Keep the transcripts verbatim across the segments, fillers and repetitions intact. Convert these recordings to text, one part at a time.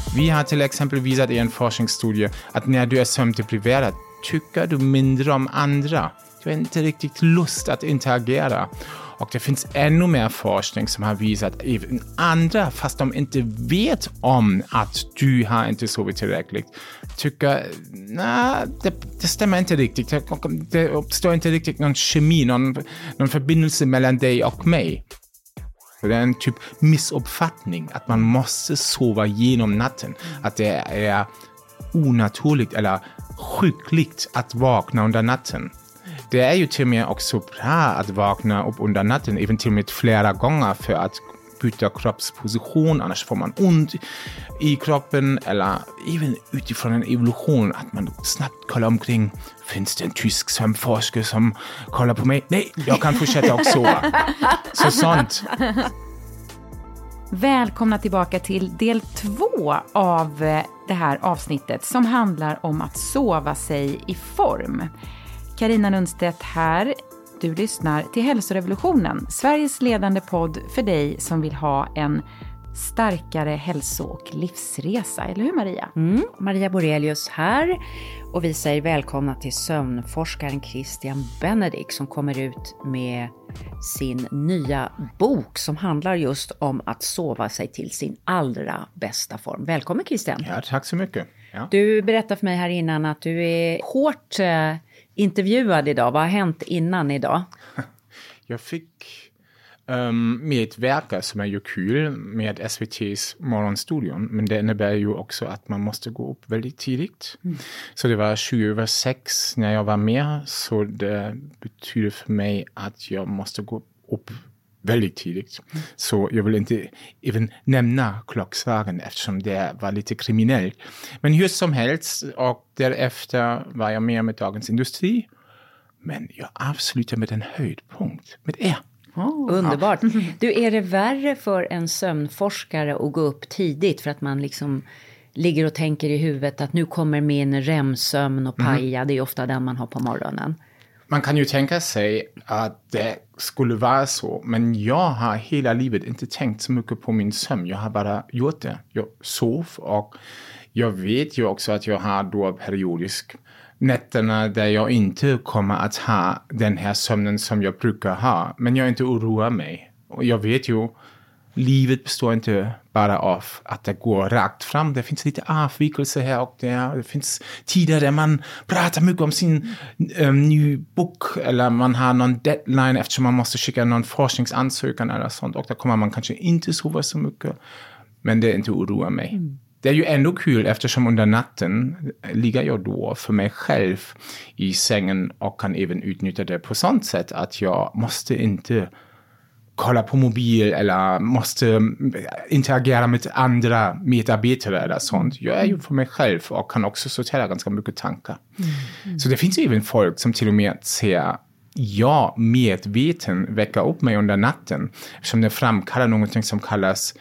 Vi har till exempel visat i en forskningsstudie att när du är sömndepriverad tycker du mindre om andra. Du har inte riktigt lust att interagera. Och det finns ännu mer forskning som har visat att även andra, fast de inte vet om att du har inte sovit tillräckligt, tycker nej, det, det stämmer inte riktigt. Det, det uppstår inte riktigt någon kemi, någon, någon förbindelse mellan dig och mig. Det är en typ missuppfattning att man måste sova genom natten. Att det är onaturligt eller sjukligt att vakna under natten. Det är ju till och med också bra att vakna upp under natten, även till och med flera gånger för att byta kroppsposition, annars får man ont i kroppen, eller även utifrån en evolution att man snabbt kollar omkring. Finns det en tysk sömnforskare som kollar på mig? Nej, jag kan fortsätta och sova. Så sånt. Välkomna tillbaka till del två av det här avsnittet som handlar om att sova sig i form. Carina Nunstedt här. Du lyssnar till Hälsorevolutionen, Sveriges ledande podd för dig som vill ha en starkare hälso- och livsresa. Eller hur, Maria? Mm, Maria Borelius här. Och vi säger välkomna till sömnforskaren Christian Benedict som kommer ut med sin nya bok som handlar just om att sova sig till sin allra bästa form. Välkommen, Christian. Ja, tack så mycket. Ja. Du berättade för mig här innan att du är hårt eh, intervjuad idag. Vad har hänt innan idag? Jag fick um, med ett verk som är ju kul med S V T:s morgonstudion. Men det innebär ju också att man måste gå upp väldigt tidigt. Mm. Så det var tjugo över sex när jag var med. Så det betyder för mig att jag måste gå upp väldigt tidigt. Mm. Så jag vill inte även nämna klockslagen eftersom det var lite kriminellt. Men hur som helst, och därefter var jag med med Dagens Industri. Men jag avslutar med en höjdpunkt med er. Oh, underbart. Du, är det värre för en sömnforskare att gå upp tidigt för att man liksom ligger och tänker i huvudet att nu kommer min R E M-sömn och paja. Mm. Det är ofta den man har på morgonen. Man kan ju tänka sig att det skulle vara så, men jag har hela livet inte tänkt så mycket på min sömn. Jag har bara gjort det. Jag sov och jag vet ju också att jag har då periodisk nätterna där jag inte kommer att ha den här sömnen som jag brukar ha. Men jag inte oroar mig. Och jag vet ju, livet består inte bara av att det går rakt fram. Det finns lite avvikelser här och där. Det finns tider där man pratar mycket om sin um, nya bok. Eller man har någon deadline eftersom man måste skicka någon forskningsansökan eller sånt. Och där kommer man kanske inte sova så mycket. Men det inte oroar mig. Mm. Det är ju ändå kul eftersom under natten ligger jag då för mig själv i sängen och kan även utnyttja det på sånt sätt att jag måste inte kolla på mobil eller måste interagera med andra medarbetare eller sånt. Jag är ju för mig själv och kan också sortera ganska mycket tankar. Mm. Mm. Så det finns ju även folk som till och med ser jag medveten väcka upp mig under natten eftersom det framkallar någonting som kallas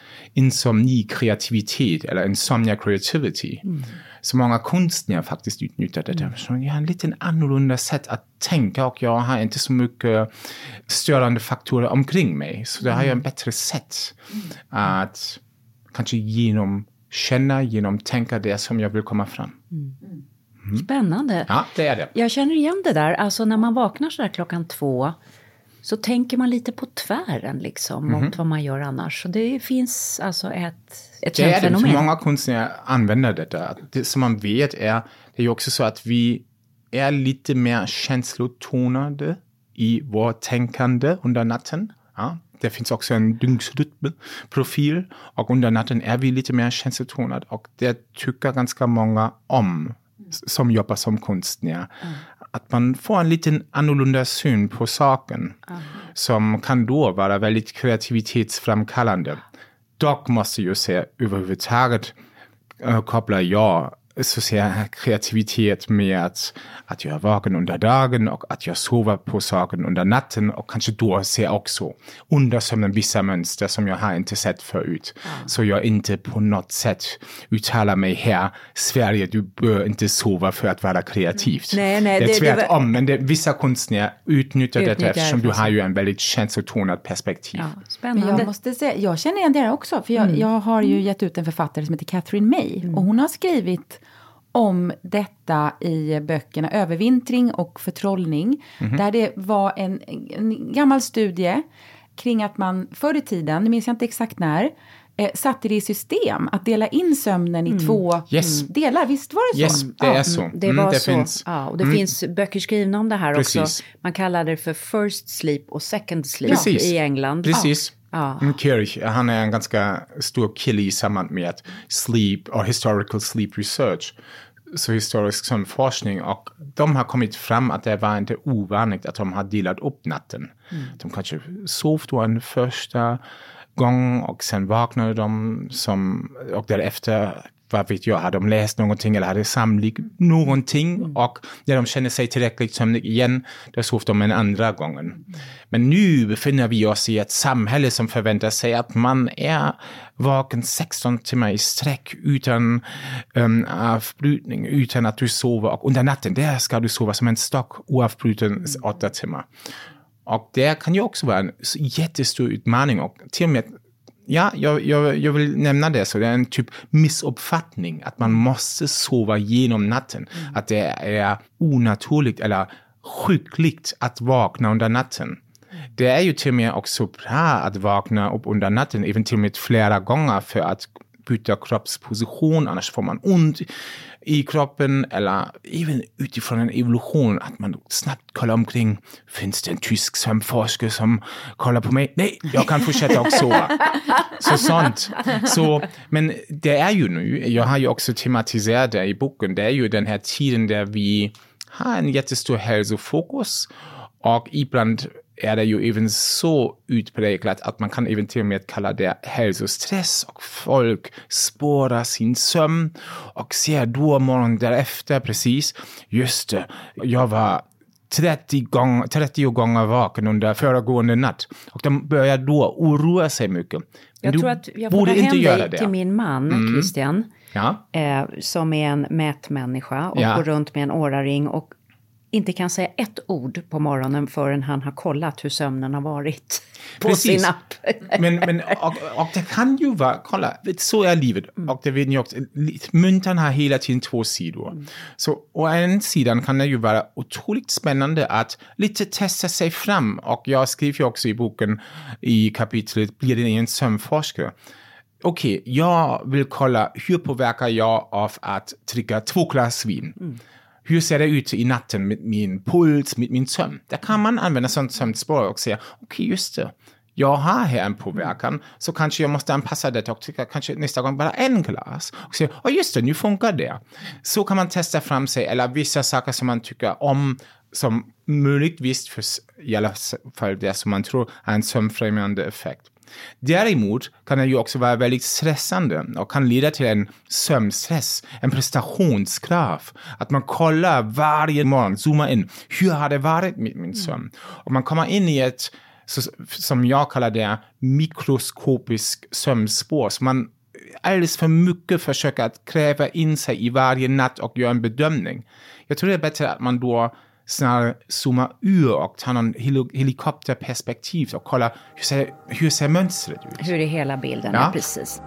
insomni-kreativitet eller insomnia creativity. Mm. Så många konstnärer faktiskt utnyttjar det. Mm. Så jag har en liten annorlunda sätt att tänka och jag har inte så mycket störande faktorer omkring mig. Så det har jag en bättre sätt mm. att kanske genom känna, genom tänka det som jag vill komma fram. Mm. Mm. Spännande. Ja, det är det. Jag känner igen det där. Alltså när man vaknar så där klockan två så tänker man lite på tvären liksom mm. mot vad man gör annars. Så det finns alltså ett, ett det är fenomen. Det, många konstnärer använder detta. Det som man vet är, det är ju också så att vi är lite mer känslotonade i vårt tänkande under natten. Ja. Det finns också en dygnsrytmprofil och under natten är vi lite mer känslotonade och det tycker ganska många om som jobbar som konstnär. Mm. Att man får en liten annorlunda syn på saken mm. som kan då vara väldigt kreativitetsframkallande. Dock måste jag säga överhuvudtaget äh, kopplar jag så säga, kreativitet med att, att jag är vaken under dagen och att jag sover på saken under natten och kanske då ser också under sömnen vissa mönster som jag har inte sett förut. Ja. Så jag inte på något sätt uttalar mig här, Sverige, du bör inte sova för att vara kreativt. Nej, nej, det är det, tvärtom, det var... men det, vissa konstnärer utnyttjar, utnyttjar detta eftersom du har ju en väldigt känslotonad perspektiv. Ja, spännande. Men jag måste säga, jag känner igen det också, för jag, mm. jag har ju gett ut en författare som heter Catherine May mm. och hon har skrivit om detta i böckerna Övervintring och Förtrollning. Mm-hmm. Där det var en, en gammal studie kring att man förr i tiden, det minns jag inte exakt när, eh, satte det i system att dela in sömnen i mm. två yes. delar. Visst var det så? Yes, det är så. Det var mm, det så. Finns. Ja, och det mm. finns böcker skrivna om det här Precis. också. Man kallar det för first sleep och second sleep Precis. i England. Precis. Ja. Ja. Kirch, han är en ganska stor kille i samband med sleep och historical sleep research. Så historisk sömnforskning, och de har kommit fram att det var inte ovanligt att de har delat upp natten. Mm. De kanske sov då en första gång och sen vaknade de som, och därefter, vad vet jag, hade de läst någonting eller hade samling någonting mm. och när de känner sig tillräckligt sömnig igen, då sov de en andra gången. Mm. Men nu befinner vi oss i ett samhälle som förväntar sig att man är vaken sexton timmar i sträck utan um, avbrytning, utan att du sover, och under natten, där ska du sova som en stock oavbruten mm. åtta timmar. Och det kan ju också vara en jättestor utmaning, och till och med Ja, jag, jag, jag vill nämna det, så det är en typ missuppfattning att man måste sova genom natten. Mm. Att det är onaturligt eller sjukligt att vakna under natten. Det är ju till och med också bra att vakna upp under natten, även till och med flera gånger för att byta kroppsposition, annars får man ont i kroppen, eller även utifrån en evolution att man snabbt kollar omkring, finns det en tysk sömnforskare som kollar på mig? Nej, jag kan fortsätta och sova. Så sånt. Så, men det är ju nu, jag har ju också tematiserat det i boken, det är ju den här tiden där vi har en jättestor hälsofokus, och ibland är det ju även så utpräglat att man kan även till och med kalla det hälsostress, och folk spårar sin sömn och ser då morgonen därefter precis, just det, jag var trettio, gång, trettio gånger vaken under föregående natt, och de börjar då oroa sig mycket. Jag du tror att jag får ta hem dig till min man, mm. Christian, ja. eh, som är en mätmänniska och ja. går runt med en åraring och inte kan säga ett ord på morgonen förrän han har kollat hur sömnen har varit på Precis. sin app. men, men, och, och det kan ju vara, kolla, så är livet. Mm. Och det vet ni också, myntan har hela tiden två sidor. Mm. Så å en sidan kan det ju vara otroligt spännande att lite testa sig fram. Och jag skriver ju också i boken i kapitlet, blir det en sömnforskare? Okej, okay, jag vill kolla hur påverkar jag av att dricka två glas vin. Mm. Hur ser det ut i natten med min puls, med min sömn? Där kan man använda sånt sömnspår och säga, okej, okay, just det. Jag har här en påverkan, så kanske jag måste anpassa det och tycka kanske nästa gång bara en glas. Och säga, oh, just det, nu funkar det. Så kan man testa fram sig, eller vissa saker som man tycker om, som möjligtvis, för, i alla fall det som man tror, har en sömnfrämjande effekt. Däremot kan det ju också vara väldigt stressande och kan leda till en sömnstress, en prestationskrav. Att man kollar varje morgon, zoomar in, hur har det varit med min sömn? Och man kommer in i ett, så, som jag kallar det, mikroskopisk sömnspår. Så man alldeles för mycket försöker att kräva in sig i varje natt och göra en bedömning. Jag tror det är bättre att man då snarare zooma ur och ta någon helikopterperspektiv och kolla hur ser, hur ser mönstret ut. Hur är hela bilden, ja. Ja, precis.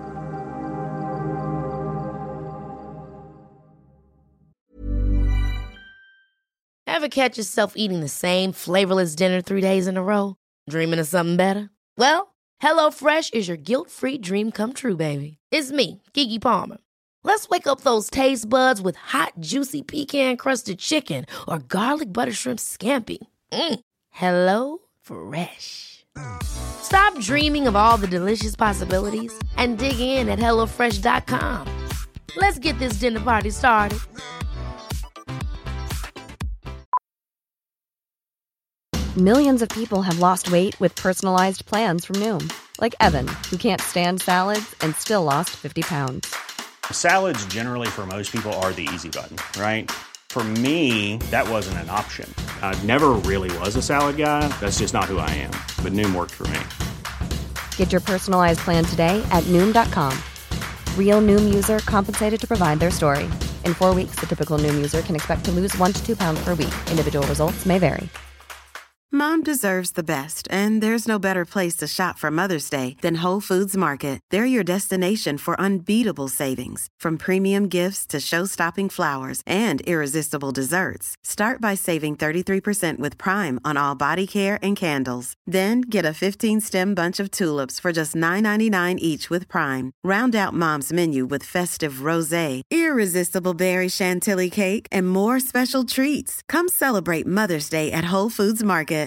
Ever catch yourself eating the same flavorless dinner three days in a row? Dreaming of something better? Well, HelloFresh is your guilt-free dream come true, baby. It's me, Keke Palmer. Let's wake up those taste buds with hot, juicy pecan-crusted chicken or garlic butter shrimp scampi. Mm. Hello Fresh. Stop dreaming of all the delicious possibilities and dig in at hello fresh dot com. Let's get this dinner party started. Millions of people have lost weight with personalized plans from Noom. Like Evan, who can't stand salads and still lost fifty pounds. Salads generally for most people are the easy button, right? For me, that wasn't an option. I never really was a salad guy. That's just not who I am. But Noom worked for me. Get your personalized plan today at Noom dot com. Real Noom user compensated to provide their story. In four weeks, the typical Noom user can expect to lose one to two pounds per week. Individual results may vary. Mom deserves the best, and there's no better place to shop for Mother's Day than Whole Foods Market. They're your destination for unbeatable savings, from premium gifts to show-stopping flowers and irresistible desserts. Start by saving thirty-three percent with Prime on all body care and candles. Then get a fifteen-stem bunch of tulips for just nine ninety-nine each with Prime. Round out Mom's menu with festive rosé, irresistible berry chantilly cake, and more special treats. Come celebrate Mother's Day at Whole Foods Market.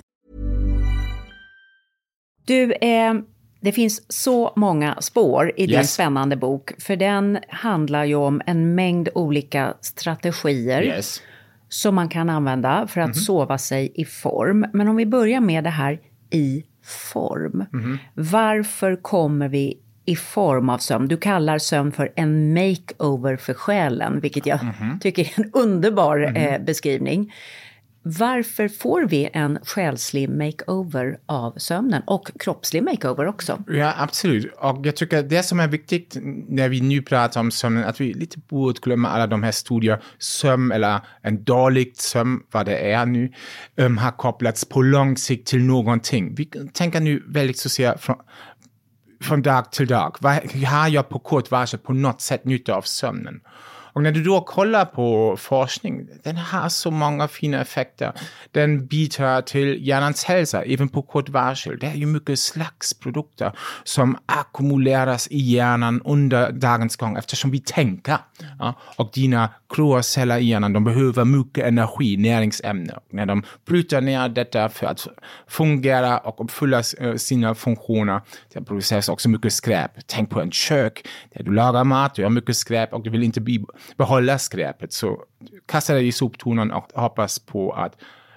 Du, eh, det finns så många spår i din Yes. spännande bok. För den handlar ju om en mängd olika strategier Yes. som man kan använda för att mm-hmm. sova sig i form. Men om vi börjar med det här i form. Mm-hmm. Varför kommer vi i form av sömn? Du kallar sömn för en makeover för själen, vilket jag mm-hmm. tycker är en underbar mm-hmm. eh, beskrivning. Varför får vi en själslig makeover av sömnen och kroppslig makeover också? Ja, absolut. Och jag tycker det som är viktigt när vi nu pratar om sömnen, att vi lite borde glömma alla de här studier, sömn eller en dålig sömn, vad det är nu, um, har kopplats på lång sikt till någonting. Vi tänker nu väldigt så ser från, från dag till dag. Vad har jag på kort varsel på något sätt nytta av sömnen? Och när du då kollar på forskning, den har så många fina effekter. Den bidrar till hjärnans hälsa, även på kort varsel. Det är ju mycket slags produkter som ackumuleras i hjärnan under dagens gång eftersom vi tänker. Ja? Och dina gråceller i hjärnan, de behöver mycket energi, näringsämnen. Och när de bryter ner detta för att fungera och uppfylla sina funktioner, det produceras också mycket skräp. Tänk på en kök där du lagar mat, du har mycket skräp och du vill inte bli behålla skräpet, så kasta det i soptunnan och hoppas på att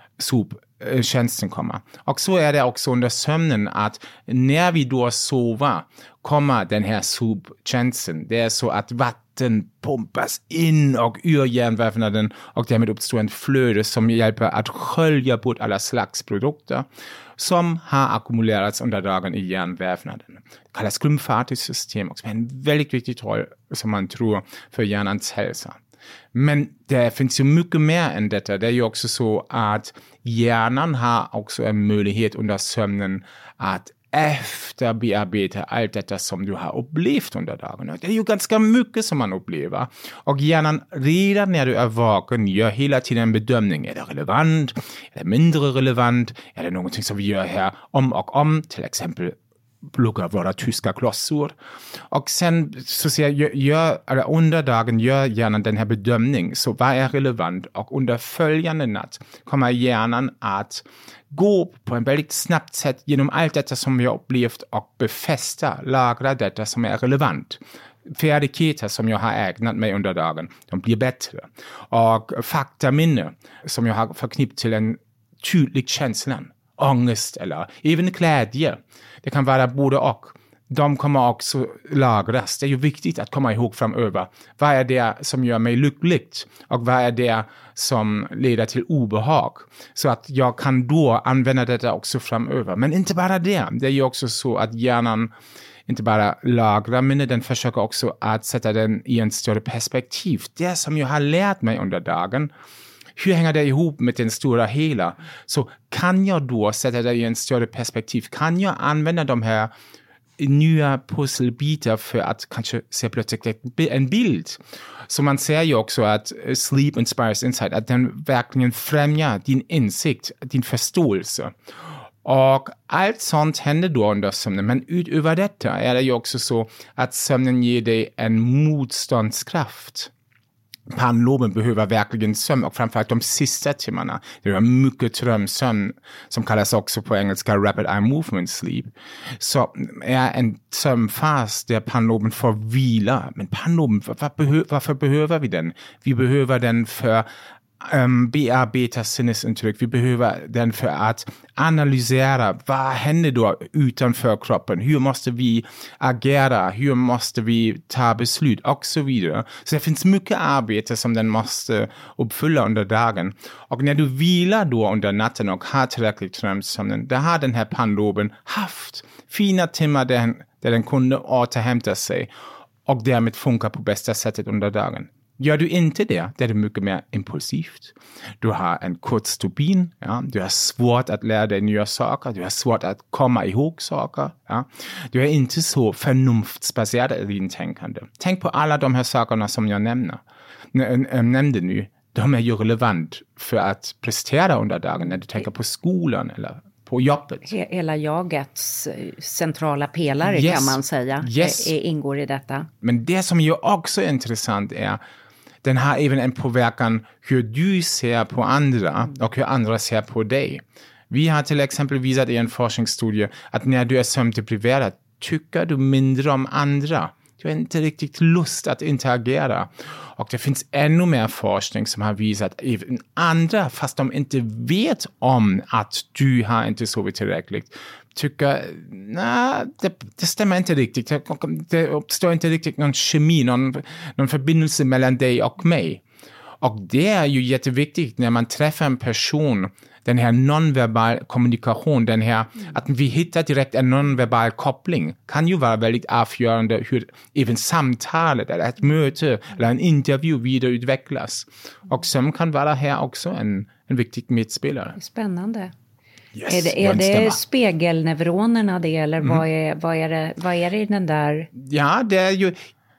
soptjänsten kommer. Och så är det också under sömnen, att när vi då sover kommer den här soptjänsten. Det är så att vatten pumpas in och ur hjärnvävnaden och därmed uppstår en flöde som hjälper att skölja bort alla slags produkter som har ackumulerats under dagen i hjärnvävnaden. Det kallas glymfatisystem och som är en väldigt viktig roll som man tror för hjärnans hälsa. Men det finns ju mycket mer än detta. Det är ju också så att hjärnan har också en möjlighet under sömnen att efterbearbeta allt detta som du har upplevt under dagen. Det är ju ganska mycket som man upplever. Och hjärnan redan när du är vaken gör hela tiden en bedömning. Är det relevant? Är det mindre relevant? Är det någonting som vi gör här om och om? Till exempel plugga våra tyska klossor. Och sen så säger jag, gör, eller under dagen gör hjärnan den här bedömning. Så vad är relevant? Och under följande natt kommer hjärnan att gå på en väldigt snabbt sätt genom allt detta som vi har upplevt och befästa, lagra detta som är relevant. Färdigheter som jag har ägnat mig under dagen, de blir bättre. Och faktaminne som jag har förknippat till en tydlig känslan, ångest eller även glädje. Det kan vara både och. De kommer också lagras. Det är ju viktigt att komma ihåg framöver. Vad är det som gör mig lyckligt? Och vad är det som leder till obehag? Så att jag kan då använda detta också framöver. Men inte bara det. Det är ju också så att hjärnan inte bara lagrar minne, den försöker också att sätta den i en större perspektiv. Det som jag har lärt mig under dagen, hur hänger det ihop med den stora hela? Så kan jag då sätta det i en större perspektiv? Kan jag använda de här nya pusselbitar för att kanske se plötsligt en bild? Så man ser ju också att sleep inspires insight, att den verkligen främjar din insikt, din förståelse. Och allt sånt händer då under sömnen. Men utöver detta är det ju också så att sömnen ger dig en motståndskraft. Pannloben behöver verkligen sömn, och framförallt de sista timmarna. Det är mycket drömsömn som kallas också på engelska rapid eye movement sleep. Så är en sömnfas där pannloben får vila. Men pannloben, var, var, varför behöver vi den? Vi behöver den för um, bearbeta sinnesintryck. Vi behöver den för att analysera vad händer då utanför kroppen. Hur måste vi agera? Hur måste vi ta beslut? Och så vidare. Så det finns mycket arbete som den måste uppfylla under dagen. Och när du vilar då under natten och har tillräckligt sömn, då har den här pannloben haft fina timmar där den, där den kunde återhämta sig och därmed funka på bästa sättet under dagen. Gör du inte det, det är det mycket mer impulsivt. Du har en kort stubin, ja? Du har svårt att lära dig nya saker, du har svårt att komma ihåg saker. Ja? Du är inte så förnuftsbaserad i din tänkande. Tänk på alla de här sakerna som jag nämner, n- nämnde nu. De är ju relevant för att prestera under dagen när du tänker på skolan eller på jobbet. Hela jagets centrala pelare yes. kan man säga yes. är, ingår i detta. Men det som ju också är intressant är den har även en påverkan hur du ser på andra och hur andra ser på dig. Vi har till exempel visat i en forskningsstudie att när du är sömndepriverad tycker du mindre om andra. Du har inte riktigt lust att interagera. Och det finns ännu mer forskning som har visat att även andra, fast de inte vet om att du har inte sovit tillräckligt, tycker, nej, det, det stämmer inte riktigt. Det, det uppstår inte riktigt någon kemi, någon, någon förbindelse mellan dig och mig. Och det är ju jätteviktigt när man träffar en person, den här nonverbal kommunikation, den här, mm. att vi hittar direkt en nonverbal koppling kan ju vara väldigt avgörande hur även samtalet eller ett möte eller en intervju vidareutvecklas. Och sömn kan vara här också en, en viktig medspelare. Spännande. Yes, är det, är det spegelneuronerna det eller mm. vad, är, vad, är det, vad är det i den där? Ja, det är ju...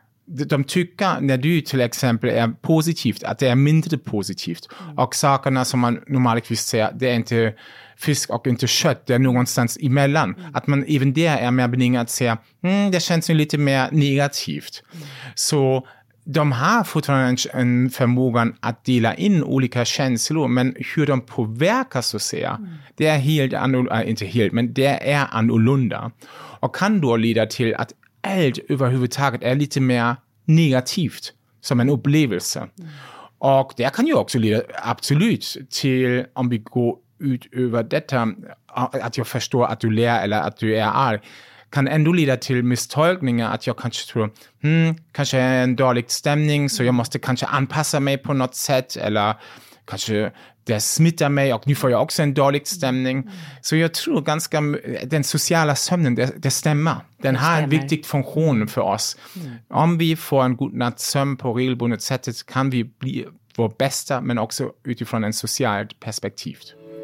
De tycker när du till exempel är positivt att det är mindre positivt. Mm. Och sakerna som man normalt ser, det är inte fisk och inte kött, det är någonstans emellan. Mm. Att man även där är mer benägen att säga, mm, det känns ju lite mer negativt. Mm. Så de har fortfarande en, en förmågan att dela in olika känslor, men hur de påverkas så att säga, mm. det är helt annorlunda, inte helt, men det är annorlunda. Och kan då leda till att allt överhuvudtaget är lite mer negativt som en upplevelse. Mm. Och det kan ju också leda absolut till, om vi går ut över detta, att jag förstår att du lär eller att du är arg, kan ändå leda till misstolkningar att jag kanske tror, hmm, kanske är en dålig stämning så jag måste kanske anpassa mig på något sätt eller kanske det smittar mig och nu får jag också en dålig stämning. Mm. Så jag tror ganska, den sociala sömnen, det, det stämmer. Den det har stämmer. En viktig funktion för oss. Mm. Om vi får en god natts sömn på regelbundet sättet kan vi bli vår bästa, men också utifrån en socialt perspektiv.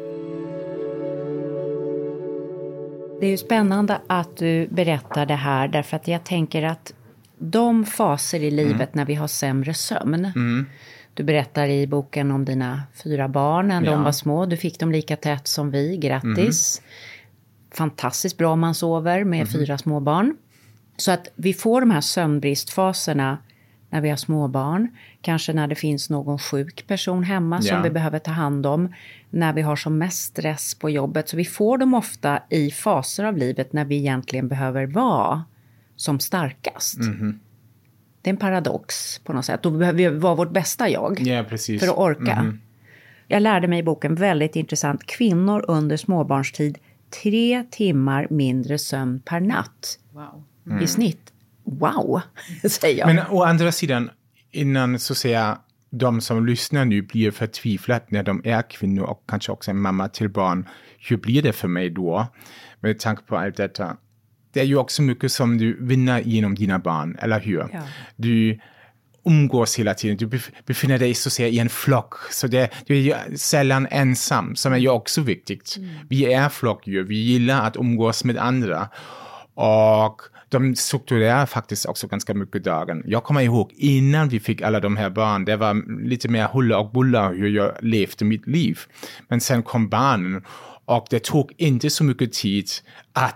Det är ju spännande att du berättar det här därför att jag tänker att de faser i livet mm. när vi har sämre sömn. Mm. Du berättar i boken om dina fyra barn när ja. de var små. Du fick dem lika tätt som vi. Grattis. Mm. Fantastiskt bra om man sover med mm. fyra små barn. Så att vi får de här sömnbristfaserna när vi har små barn. Kanske när det finns någon sjuk person hemma som ja. vi behöver ta hand om. När vi har som mest stress på jobbet. Så vi får dem ofta i faser av livet när vi egentligen behöver vara som starkast. Mm. Det är en paradox på något sätt. Då behöver vi vara vårt bästa jag. Ja, precis. För att orka. Mm. Jag lärde mig i boken väldigt intressant. Kvinnor under småbarnstid. Tre timmar mindre sömn per natt. Wow. Mm. I snitt. Wow, säger jag. Men å andra sidan, innan så säger de som lyssnar nu blir förtvivlat när de är kvinnor och kanske också en mamma till barn. Hur blir det för mig då? Med tanke på allt detta. Det är ju också mycket som du vinner genom dina barn, eller hur? Ja. Du umgås hela tiden, du befinner dig så att säga i en flock. Så det, du är ju sällan ensam, som är ju också viktigt. Mm. Vi är flockdjur, vi gillar att umgås med andra. Och de strukturerar faktiskt också ganska mycket dagen. Jag kommer ihåg, innan vi fick alla de här barn, det var lite mer hulla och bulla hur jag levde mitt liv. Men sen kom barnen. Och det tog inte så mycket tid att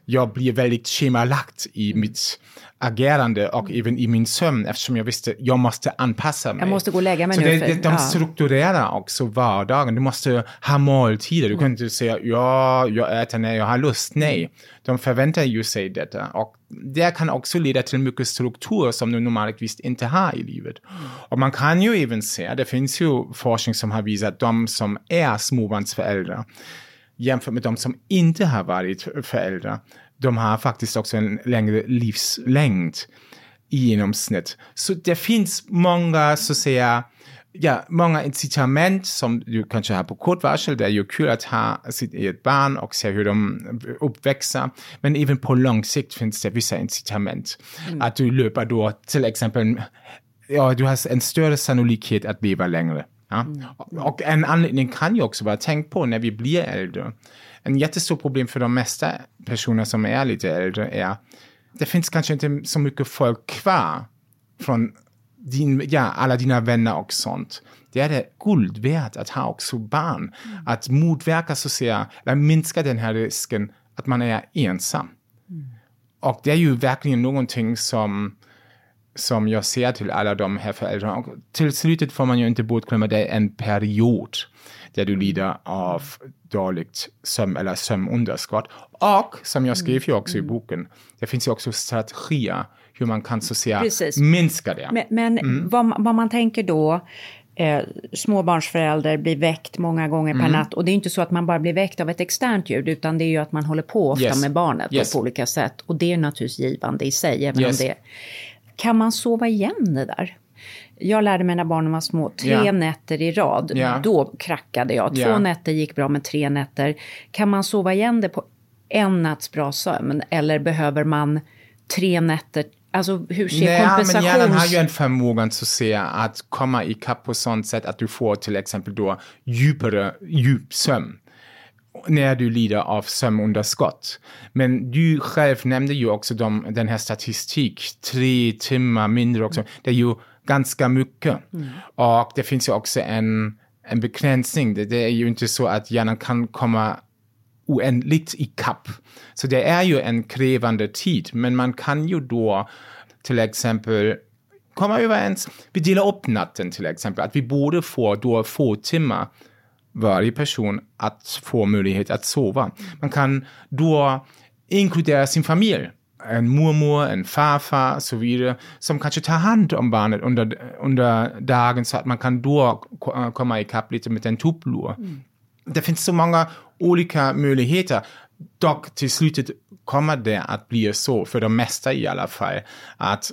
jag blir väldigt schemalagt i mitt agerande och mm. även i min sömn eftersom jag visste jag måste anpassa mig. Jag måste gå och lägga mig så nu. Det, för, det, de ja. strukturerar också vardagen. Du måste ha måltider. Du kan inte säga ja, jag äter när jag har lust. Nej, de förväntar ju sig detta. Och det kan också leda till mycket struktur som du normalt visst inte har i livet. Mm. Och man kan ju även se, det finns ju forskning som har visat de som är småbarnsföräldrar jämfört med de som inte har varit föräldrar. De har faktiskt också en längre livslängd i genomsnitt. Så det finns många, så att säga, ja, många incitament som du kanske har på kort varsel. Det är ju kul att ha sitt eget barn och se hur de uppväxer. Men även på lång sikt finns det vissa incitament. Mm. Att du löper då till exempel, ja, du har en större sannolikhet att leva längre. Ja? Mm. Och en anledning kan ju också vara, tänk på när vi blir äldre. En jättestor problem för de mesta personer som är lite äldre är det finns kanske inte så mycket folk kvar från din, ja, alla dina vänner och sånt. Det är det guld värt att ha också barn. Mm. Att motverka så att säga, eller minska den här risken att man är ensam. Mm. Och det är ju verkligen någonting som som jag ser till alla de här föräldrarna. Och till slutet får man ju inte bortglömma det är en period där du lider av dåligt sömn eller sömnunderskott. Och som jag skrev ju också mm. i boken, det finns ju också strategier hur man kan så att säga Precis. minska det. Men, men mm. vad, vad man tänker då, eh, småbarnsförälder blir väckt många gånger mm. per natt. Och det är inte så att man bara blir väckt av ett externt ljud, utan det är ju att man håller på ofta yes. med barnet yes. på olika sätt. Och det är naturligtvis givande i sig, även yes. om det kan man sova igen det där? Jag lärde mig när barnen var små, tre yeah. nätter i rad. Yeah. Då krackade jag. Två yeah. nätter gick bra, men tre nätter. Kan man sova igen det på en natts bra sömn? Eller behöver man tre nätter? Alltså hur ser Nej, kompensations... men hjärnan har ju en förmåga så att säga att komma ikapp på sånt sätt att du får till exempel då djupare djupsömn när du lider av sömnunderskott. Men du själv nämnde ju också de, den här statistik, tre timmar mindre också. Det är ju ganska mycket. Mm. Och det finns ju också en, en begränsning. Det, det är ju inte så att hjärnan kan komma oändligt i kapp. Så det är ju en krävande tid. Men man kan ju då till exempel komma överens. Vi delar upp natten till exempel. Att vi borde få då få timmar varje person att få möjlighet att sova. Man kan då inkludera sin familj. En mormor, en farfar och så vidare. Som kanske tar hand om barnet under, under dagen så att man kan då komma ikapp lite med en tupplur. Mm. Det finns så många olika möjligheter. Dock till slutet kommer det att bli så, för de mesta i alla fall, att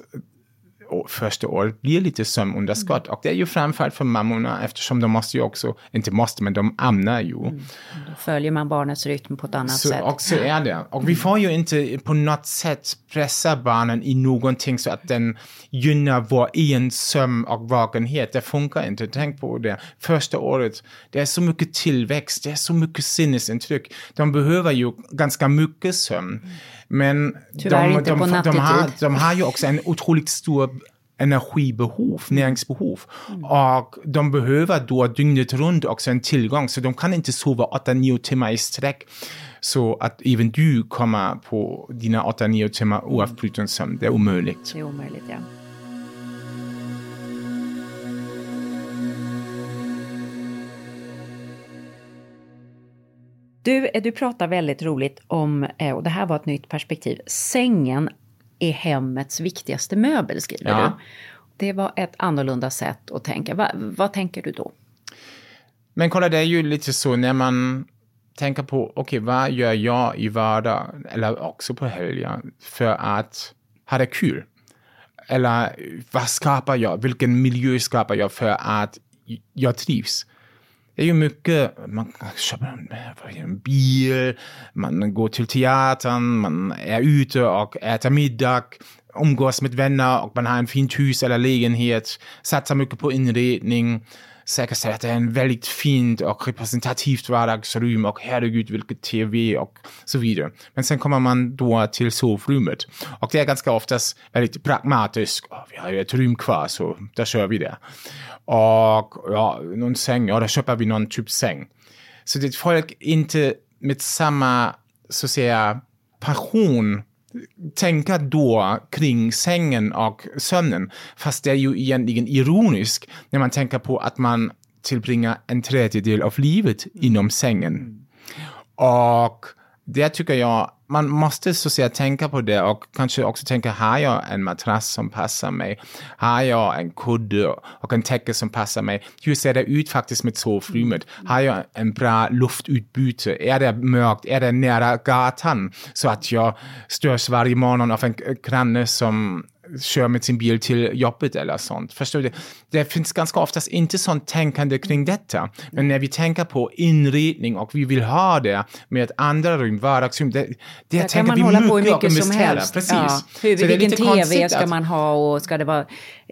första året blir lite sömnunderskott. Mm. Och det är ju framförallt för mammorna, eftersom de måste ju också, inte måste, men de amnar ju. Mm. Då följer man barnets rytm på ett annat så, sätt. Och så är det. Och vi får ju inte på något sätt pressa barnen i någonting så att den gynnar vår egen sömn och vakenhet. Det funkar inte. Tänk på det. Första året, det är så mycket tillväxt, det är så mycket sinnesintryck. De behöver ju ganska mycket sömn. Mm. Men Tyvärr de, inte de, på de, de, har, de har ju också en otroligt stor energibehov, näringsbehov. Mm. Och de behöver då dygnet runt också en tillgång. Så de kan inte sova åtta nio timmar i sträck. Så att även du kommer på dina åtta nio timmar oavbruten sömn. Det är omöjligt. Det är omöjligt, ja. Du, du pratar väldigt roligt om, och det här var ett nytt perspektiv, sängen är hemmets viktigaste möbel, skriver ja. du. Det var ett annorlunda sätt att tänka. Va, vad tänker du då? Men kolla, det är ju lite så när man tänker på, okej, okay, vad gör jag i vardag eller också på helger för att ha det kul? Eller vad skapar jag? Vilken miljö skapar jag för att jag trivs? Det är ju mycket, man köper en bil, man går till teatern, man är ute och äter middag, umgås med vänner och man har en fint hus eller lägenhet, satsar mycket på inredning, säkerställer att det är en väldigt fint och representativt vardagsrum och herregud vilket tv och så vidare. Men sen kommer man då till sovrummet och det är ganska oftast väldigt pragmatiskt. Oh, vi har ju ett rum kvar så där kör vi det. Och ja, någon säng, ja, där köper vi någon typ säng. Så det är folk inte med samma, så att säga, passion tänka då kring sängen och sömnen. Fast det är ju egentligen ironiskt när man tänker på att man tillbringar en tredjedel av livet inom sängen. Och det tycker jag, man måste så att säga tänka på det och kanske också tänka, har jag en madrass som passar mig? Har jag en kudde och en täcke som passar mig? Hur ser det ut faktiskt med sovrummet? Har jag en bra luftutbyte? Är det mörkt? Är det nära gatan? Så att jag störs varje morgon av en granne som kör med sin bil till jobbet eller sånt. Förstår du? Det finns ganska oftast inte sånt tänkande kring detta. Men när vi tänker på inredning och vi vill ha det med ett andra rum, vardagsrum, det, det Där tänker kan man vi hålla mycket på hur mycket och som investera. helst. Precis. Ja. Hur, Så det är vilken lite tv konstigt ska att, man ha och ska det vara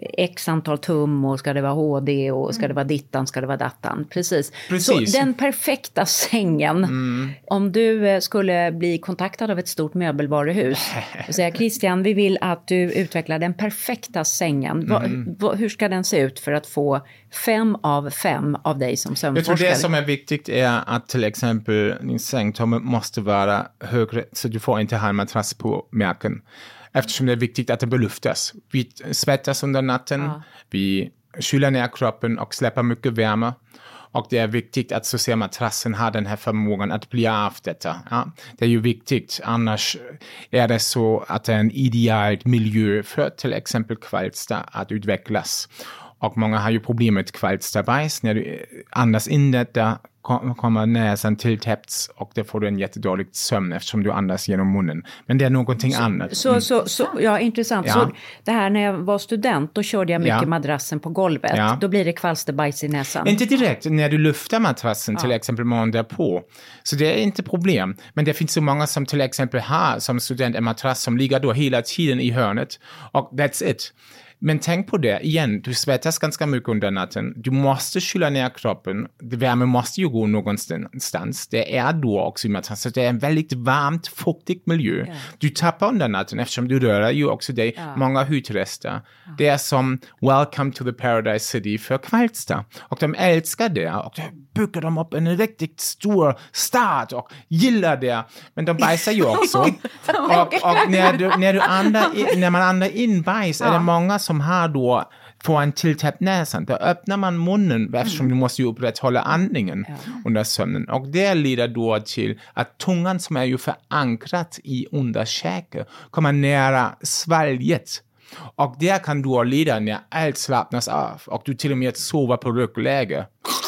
x antal tum och ska det vara H D och ska det vara dittan, ska det vara dattan. Precis. Precis. Så den perfekta sängen, mm. om du skulle bli kontaktad av ett stort möbelvaruhus och säga, Christian, vi vill att du utvecklar den perfekta sängen. Va, va, hur ska den se ut för att få fem av fem av dig som sömnforskare? Jag tror det som är viktigt är att till exempel din sängtomme måste vara högre så du får inte ha en madrass på märken. Eftersom det är viktigt att det beluftas. Vi svettas under natten, ja. Vi kyler ner kroppen och släpper mycket värme. Och det är viktigt att så ser madrassen har den här förmågan att bli av detta. Ja, det är ju viktigt, annars är det så att det är en ideal miljö för till exempel kvalster att utvecklas. Och många har ju problem med kvalsterbajs. När du andas in detta kommer näsan tilltäppts och det får du en jättedålig sömn eftersom du andas genom munnen. Men det är någonting så, annat. Så, mm. så, så, ja, intressant. Ja. Så det här när jag var student, då körde jag mycket ja. madrassen på golvet. Ja. Då blir det kvalsterbajs i näsan. Inte direkt när du lyfter madrassen ja. till exempel morgon därpå. Så det är inte problem. Men det finns så många som till exempel har som student en madrass som ligger då hela tiden i hörnet. Och that's it. Men tänk på det, igen, du svettas ganska mycket under natten. Du måste kyla ner kroppen. Värme måste ju gå någonstans. Det är då också i madrassen. Så det är en väldigt varmt, fuktig miljö. Ja. Du tappar under natten eftersom du rör ju också dig. Ja. Många hudrester. Ja. Det är som Welcome to the Paradise City för kvalster. Och de älskar det. Och då bygger de upp en riktigt stor stad och gillar det. Men de bajsar ju också. och och när, du, när, du andar in, när man andar in bajs ja. är det många som som har då får en tilltäppt näsan. Då öppnar man munnen eftersom mm. du måste ju upprätthålla andningen ja. under sömnen. Och det leder då till att tungan som är ju förankrat i underkäke kommer nära svalget. Och där kan du leda när allt slappnas av och du till och med sover på ryggläge.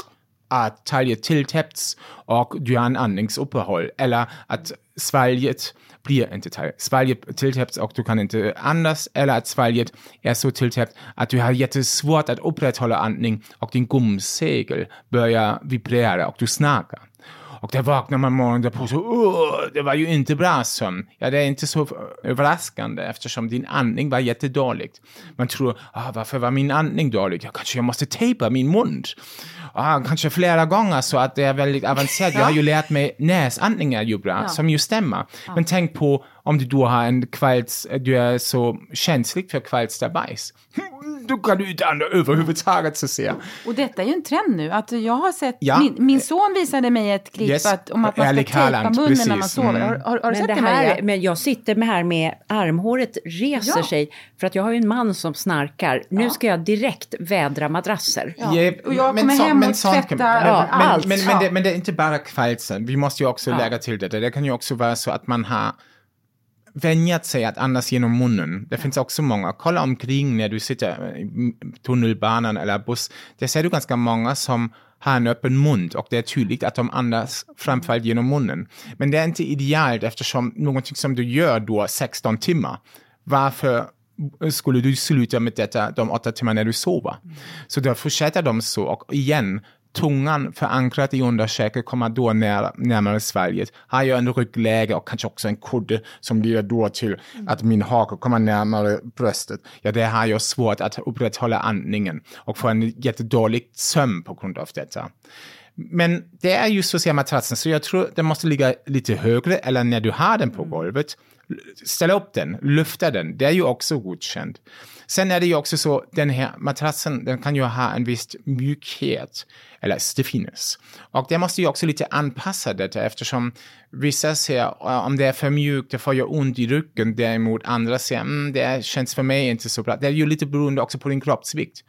Att talget tilltäppts och du har en andningsuppehåll. Eller att svalget blir inte talget. Svalget tilltäppts och du kan inte andas. Eller att svalget är så tilltäppt att du har jättesvårt att upprätthålla andning och din gomsegel börjar vibrera och du snarkar. Och där vaknar man morgonen därpå så, åh, det var ju inte bra sömn. Ja, det är inte så överraskande eftersom din andning var jättedåligt. Man tror, ah, varför var min andning dålig? Ja, kanske jag måste tejpa min mun. Ah, kanske flera gånger så att det är väldigt avancerat. Jag har ju lärt mig näsandning är ju bra, ja. som ju stämmer. Ja. Men tänk på om du då har en kvalts, du är så känslig för kvalsterbajs. Du kan du inte andas överhuvudtaget så ser. Och detta är ju en trend nu. Att jag har sett, ja. min, min son visade mig ett klipp yes. att, om att man ska Erling tejpa Haaland, munnen precis. när man sover. Mm. Har, har, har du men sett det det här, Maria? men jag sitter med här med armhåret reser ja. sig. För att jag har ju en man som snarkar. Nu ja. ska jag direkt vädra madrasser. Ja. Ja. Och jag kommer så, hem och tvättar ja, allt. Men, men, men, men, det, men det är inte bara kvalsen. Vi måste ju också ja. lägga till det. Det kan ju också vara så att man har vänjat sig att andas genom munnen. Det ja. finns också många. Kolla omkring när du sitter i tunnelbanan eller buss. Det ser du ganska många som har en öppen mun och det är tydligt att de andas framförallt genom munnen. Men det är inte idealt eftersom någonting som du gör då sexton timmar. Varför skulle du sluta med detta de åtta timmar när du sover? Mm. Så då fortsätter de så och igen tungan förankrat i underkäke kommer då när, närmare svalget. Har jag en ryggläge och kanske också en kudde som leder då till att min haka kommer närmare bröstet. Ja, det har jag svårt att upprätthålla andningen och få en jättedålig sömn på grund av detta. Men det är ju så ser matrassen så jag tror det måste ligga lite högre eller när du har den på golvet. ställa upp den, lyfta den. Det är ju också godkänt. Sen är det ju också så, den här matrassen, den kan ju ha en viss mjukhet eller stiffiness. Och det måste ju också lite anpassa detta, eftersom vissa säger om det är för mjukt, det får ju ont i ryggen. Däremot andra säger, mm, det känns för mig inte så bra. Det är ju lite beroende också på din kroppsvikt.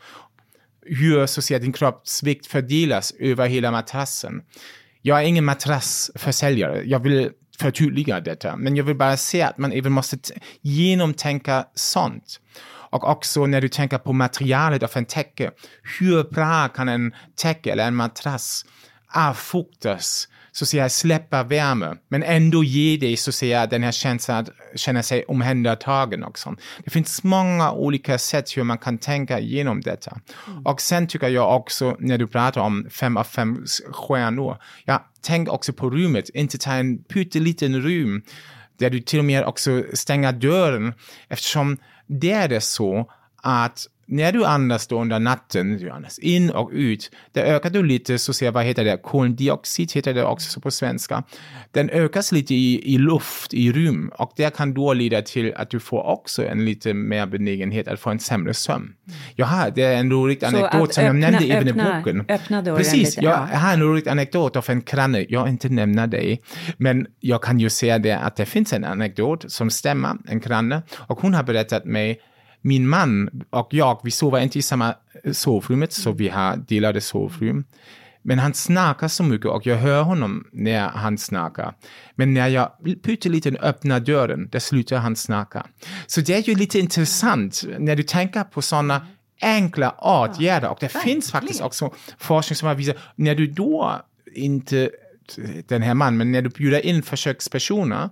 Hur så ser din kroppsvikt fördelas över hela matrassen. Jag är ingen matrassförsäljare. Jag vill förtydliga detta. Men jag vill bara säga att man även måste t- genomtänka sånt. Och också när du tänker på materialet av en täcke. Hur bra kan en täcke eller en matrass avfuktas, så att säga släppa värme, men ändå ge dig så att säga den här känslan att känna sig omhändertagen också. Det finns många olika sätt hur man kan tänka igenom detta. Mm. Och sen tycker jag också, när du pratar om fem av fem stjärnor, ja, tänk också på rummet, inte ta en pytteliten rum där du till och med också stänger dörren, eftersom det är det så att när du andas då under natten, du andas in och ut, det ökar du lite, så ser vad heter det, koldioxid heter det också så på svenska. Den ökas lite i, i luft, i rum, och det kan då leda till att du får också en lite mer benägenhet att få en sämre sömn. Jaha, det är en rolig anekdot som öppna, jag nämnde även i boken. Öppna dörren Precis, lite, jag ja. har en rolig anekdot av en granne, jag inte nämner dig, men jag kan ju säga det att det finns en anekdot som stämmer, en granne, och hon har berättat mig. Min man och jag, vi sover inte i samma sovrummet, så vi har delade sovrum. Men han snackar så mycket och jag hör honom när han snackar. Men när jag pytteliten öppnar dörren, där slutar han snacka. Så det är ju lite intressant när du tänker på sådana enkla åtgärder. Och det ja, finns faktiskt också forskning som har visat, när du då inte, den här mannen, men när du bjuder in försökspersoner,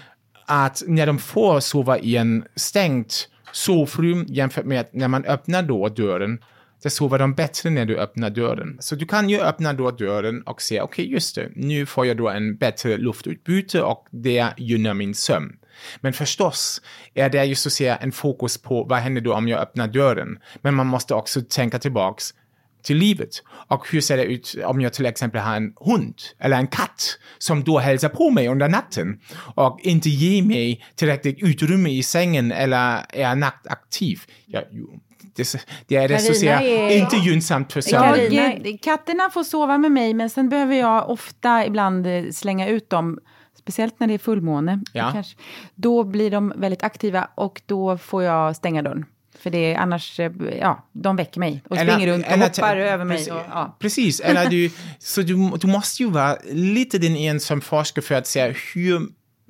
att när de får sova i en stängt sovrum jämfört med att när man öppnar då dörren, så sover de bättre när du öppnar dörren. Så du kan ju öppna då dörren och säga, okej okay, just det, nu får jag då en bättre luftutbyte och det gynnar min sömn. Men förstås är det ju så att säga en fokus på vad händer då om jag öppnar dörren. Men man måste också tänka tillbaks till livet. Och hur ser det ut om jag till exempel har en hund eller en katt som då hälsar på mig under natten och inte ger mig tillräckligt utrymme i sängen eller är nattaktiv. Ja, jo. Det, det är det så att säga är... inte gynnsamt för sömnen. Jag, katterna får sova med mig, men sen behöver jag ofta ibland slänga ut dem. Speciellt när det är fullmåne. Ja. Kanske. Då blir de väldigt aktiva och då får jag stänga dörren. För det är annars, ja, de väcker mig och eller, springer runt och hoppar t- över mig. Precis, och, ja. precis. Eller du, så du, du måste ju vara lite den en som forskar för att säga hur,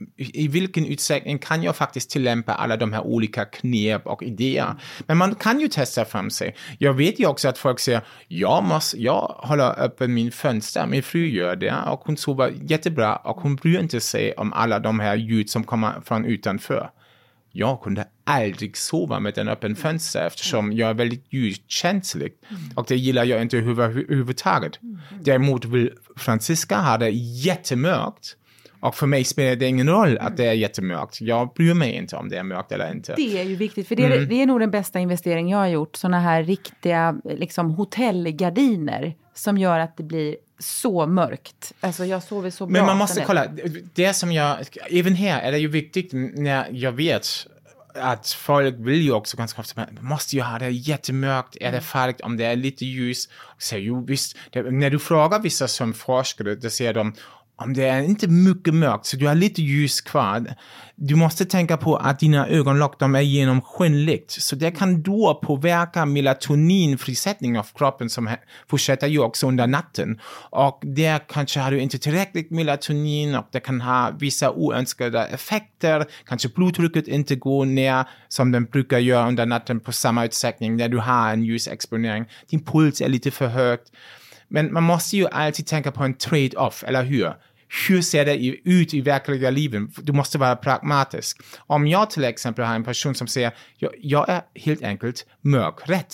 i vilken utsträckning kan jag faktiskt tillämpa alla de här olika knep och idéer. Men man kan ju testa fram sig. Jag vet ju också att folk säger, jag, måste, jag håller öppen min fönster, min fru gör det och hon sover jättebra och hon bryr inte sig om alla de här ljud som kommer från utanför. Jag kunde aldrig sova med en öppen fönster eftersom jag är väldigt ljudkänslig. Och det gillar jag inte överhuvudtaget. Däremot vill Franziska ha det jättemörkt. Och för mig spelar det ingen roll att det är jättemörkt. Jag bryr mig inte om det är mörkt eller inte. Det är ju viktigt, för det är, mm. det är nog den bästa investering jag har gjort. Såna här riktiga liksom, hotellgardiner som gör att det blir så mörkt. Alltså jag sover så bra. Men man måste kolla, det som jag, även här är det ju viktigt när jag vet att folk vill ju också ganska ofta, man måste ju ha det jättemörkt, är det farligt om det är lite ljus? Så jo visst, det, när du frågar vissa som forskare, då säger de, om det är inte mycket mörkt så du har lite ljus kvar, du måste tänka på att dina ögonlock, de är genomskinligt. Så det kan då påverka melatoninfrisättning av kroppen som fortsätter ju också under natten. Och där kanske har du inte tillräckligt melatonin och det kan ha vissa oönskade effekter. Kanske blodtrycket inte går ner som den brukar göra under natten på samma utsträckning när du har en ljusexponering. Din puls är lite för högt. Men man måste ju alltid tänka på en trade-off, eller hur? Hur ser det ut i verkliga livet? Du måste vara pragmatisk. Om jag till exempel har en person som säger, jag, jag är helt enkelt mörkrädd.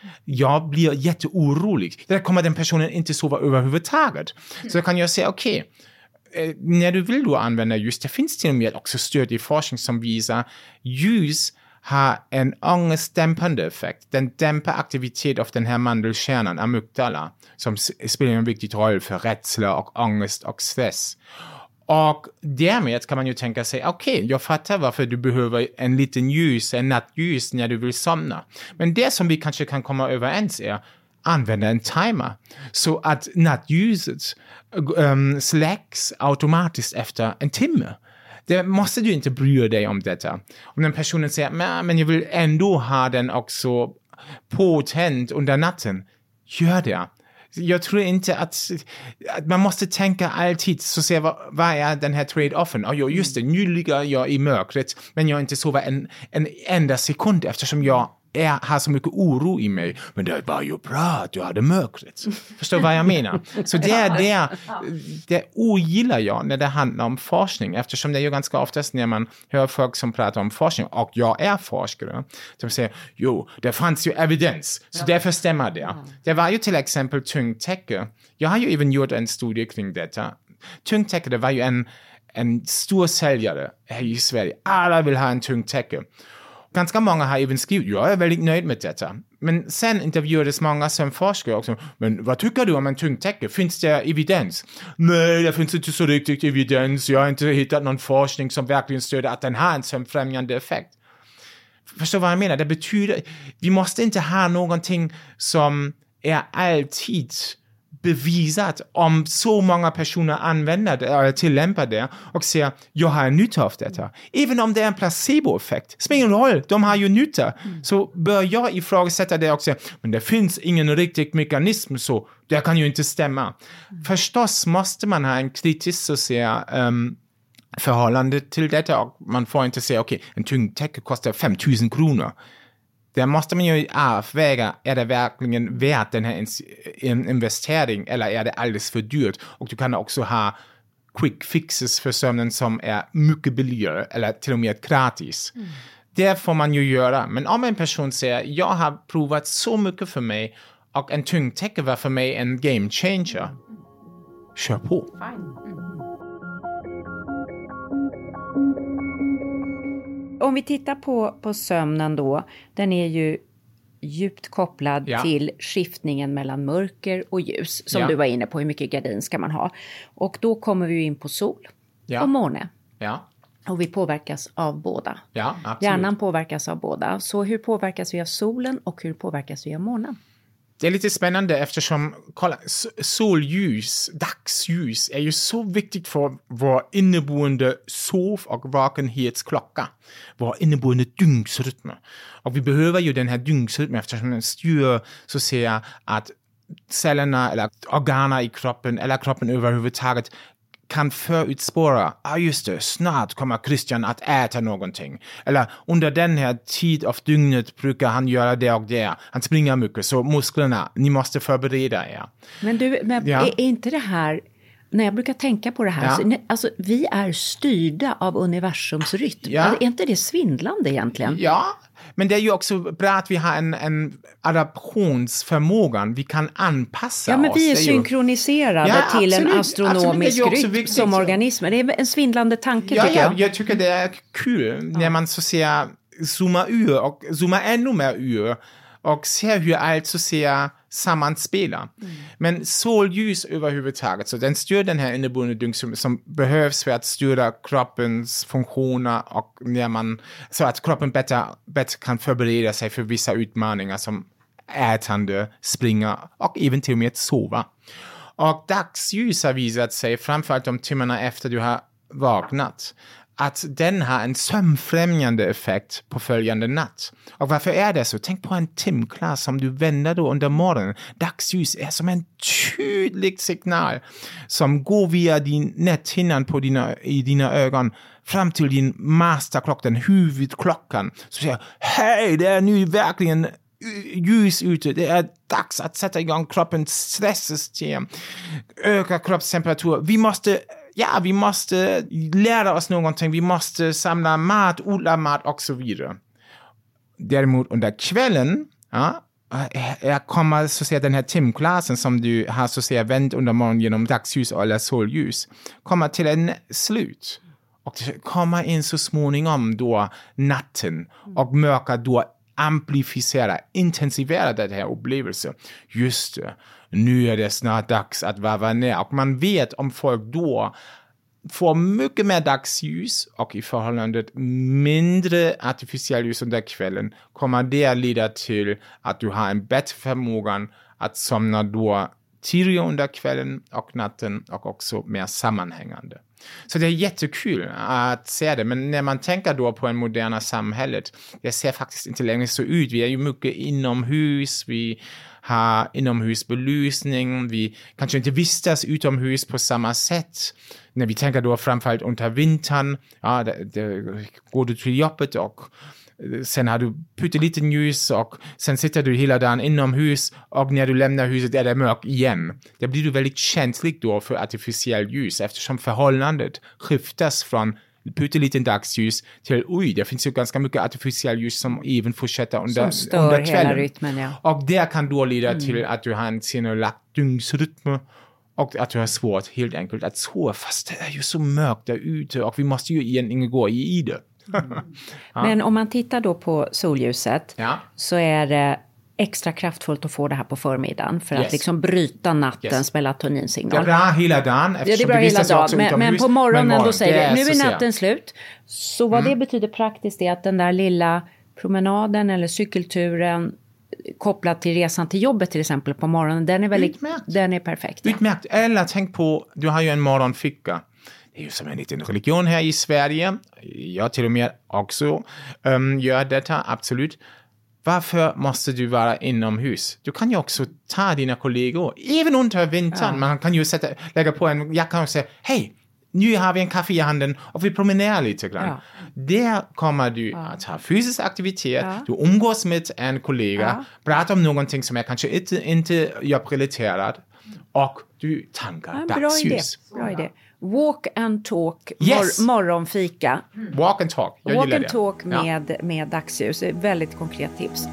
Jag blir jätteorolig. Där kommer den personen inte sova överhuvudtaget. Så kan jag säga, okej, okay, när du vill då använda ljus, det finns till och med också stöd i forskning som visar ljus har en ångestdämpande effekt. Den dämpar aktivitet av den här mandelkärnan, amygdala, som spelar en viktig roll för rädsla och ångest och stress. Och därmed kan man ju tänka sig, okej, okay, jag fattar varför du behöver en liten ljus, en nattljus när du vill somna. Men det som vi kanske kan komma överens är, använda en timer. Så att nattljuset um, släcks automatiskt efter en timme. Det måste du inte bry dig om detta. Om den personen säger, men, men jag vill ändå ha den också påtänd under natten. Gör det. Jag tror inte att, att man måste tänka alltid så se vad, vad är den här trade-offen. Oh, just det, nu ligger jag i mörkret men jag inte sover en, en enda sekund eftersom jag är, har så mycket oro i mig. Men det var ju bra att du hade mörkret. Förstår vad jag menar? Så det är det, det ogillar jag när det handlar om forskning. Eftersom det är ju ganska oftast när man hör folk som pratar om forskning. Och jag är forskare. De säger, jo, det fanns ju evidens. Så därför stämmer det. Det var ju till exempel tyngdtäcke. Jag har ju även gjort en studie kring detta. Tyngdtäcke, det var ju en, en stor säljare här i Sverige. Alla vill ha en tyngdtäcke. Ganska många har även skrivit, jag är väldigt nöjd med detta. Men sen intervjuades många som forskare också. Men vad tycker du om en tyngdtäcke? Finns det evidens? Nej, det finns inte så riktigt evidens. Jag har inte hittat någon forskning som verkligen stöder att den har en sömnfrämjande effekt. Förstår vad jag menar? Det betyder, vi måste inte ha någonting som är alltid bevisat om så många personer använder det eller tillämpar det och säger, jag har en nytta av detta. Även om det är en placeboeffekt. Spelar ingen roll, de har ju nytta. Mm. Så bör jag ifrågasätta det och säga, men det finns ingen riktig mekanism så det kan ju inte stämma. Mm. Förstås måste man ha en kritisk så säga, um, förhållande till detta och man får inte säga, okej, okay, en tyngdtäcke kostar fem tusen kronor. Där måste man ju avväga, är det verkligen värt den här investering eller är det alldeles för dyrt? Och du kan också ha quick fixes för sömnen som är mycket billigare eller till och med gratis. Mm. Det får man ju göra. Men om en person säger, jag har provat så mycket för mig och en tyngdtäcke var för mig en game changer. Kör på. Fine. Mm. Om vi tittar på, på sömnen då, den är ju djupt kopplad ja. till skiftningen mellan mörker och ljus. Som ja. du var inne på, hur mycket gardin ska man ha. Och då kommer vi in på sol ja. och måne. Ja. Och vi påverkas av båda. Ja, absolut. Hjärnan påverkas av båda. Så hur påverkas vi av solen och hur påverkas vi av månen? Det är lite spännande eftersom kolla, solljus, dagsljus är ju så viktigt för vår inneboende sov- och vakenhetsklocka. Vår inneboende dygnsrytm. Och vi behöver ju den här dygnsrytmen eftersom den styr så att säga att cellerna eller organer i kroppen eller kroppen överhuvudtaget kan förutspåra, ah just det, snart kommer Christian att äta någonting. Eller under den här tid av dygnet brukar han göra det och det. Han springer mycket, så musklerna, ni måste förbereda er. Men du, men ja. är inte det här, när jag brukar tänka på det här, ja. så, alltså vi är styrda av universums rytm. Ja. Alltså, är inte det svindlande egentligen? Ja, men det är ju också bra att vi har en, en adaptionsförmågan. Vi kan anpassa oss. Ja, men vi är, är synkroniserade ja, till absolut, en astronomisk rytm som organismer. Det är en svindlande tanke ja, tycker ja, jag. Jag tycker det är kul ja. när man så säga zoomar ur och zoomar ännu mer ur och ser hur allt så säga sammanspelar. Mm. Men solljus överhuvudtaget, så den styr den här inneboende dygnsrytmen som behövs för att styra kroppens funktioner och när man, så att kroppen bättre, bättre kan förbereda sig för vissa utmaningar som ätande, springa och även till och med sova. Och dagsljus har visat sig, framförallt de timmarna efter du har vaknat, att den har en sömnfrämjande effekt på följande natt. Och varför är det så? Tänk på en timklass som du vänder då under morgonen. Dagsljus är som en tydlig signal som går via din näthinnan på dina, i dina ögon fram till din masterklock, den huvudklockan. Så säger, hej, det är nu verkligen ljus ute. Det är dags att sätta igång kroppens stresssystem. Öka kroppstemperatur. Vi måste Ja, vi måste lära oss någonting. Vi måste samla mat, odla mat och så vidare. Däremot under kvällen, ja, jag kommer så att säga den här timklassen som du har så att säga vänt under morgonen genom dagsljus eller solljus kommer till en slut. Och det kommer in så småningom då natten och mörker då amplificera, intensivera den här upplevelsen. Just det, nu är det snart dags att varva ner. Och man vet om folk då får mycket mer dagsljus och i förhållandet mindre artificiell ljus under kvällen kommer det leda till att du har en bättre förmåga att somna då tidigare under kvällen och natten och också mer sammanhängande. Så det är jättekul att se det, men när man tänker då på en moderna samhället, det ser faktiskt inte längre så ut. Vi är ju mycket inomhus, vi har inomhusbelysning, vi kanske inte vistas utomhus på samma sätt. När vi tänker då framförallt under vintern, ja, det, det går du till jobbet och sen har du pytteliten ljus och sen sitter du hela dagen inomhus och när du lämnar huset är det mörkt igen. Det blir du väldigt känslig då för artificiell ljus eftersom förhållandet skiftas från pytteliten dagsljus till oj, det finns ju ganska mycket artificiell ljus som även fortsätter under, som stör under kvällen. Hela rytmen, ja. Och det kan då leda mm. till att du har en senarelagd dygnsrytm och att du har svårt helt enkelt att sova fast det är ju så mörkt där ute och vi måste ju egentligen gå i det. Mm. Ja. Men om man tittar då på solljuset ja. så är det extra kraftfullt att få det här på förmiddagen för yes. att liksom bryta nattens yes. melatoninsignal. Det är bra hela dagen. Ja, det är bra hela dagen. Men, men på morgonen men morgon, då säger vi, nu är natten slut. Så vad mm. det betyder praktiskt är att den där lilla promenaden eller cykelturen kopplat till resan till jobbet till exempel på morgonen, den är väldigt, Utmärkt. den är perfekt. Ja. Utmärkt. Eller tänk på, du har ju en morgonficka. Det är ju som en liten religion här i Sverige. Jag till och med också um, gör detta, absolut. Varför måste du vara inomhus? Du kan ju också ta dina kollegor, även under vintern. Ja. Man kan ju sätta, lägga på en jacka och säga, hej, nu har vi en kaffe i handen och vi promenerar lite grann. Ja. Där kommer du ja. att ha fysisk aktivitet, ja. du umgås med en kollega, ja. pratar om någonting som är kanske inte, inte jobbrelaterat och du tankar ja, dagsljus. Bra idé. Walk and talk, yes. mor- morgonfika. Mm. Walk and talk, jag Walk gillar and det. talk med, ja. med dagsljus, det är ett väldigt konkret tips.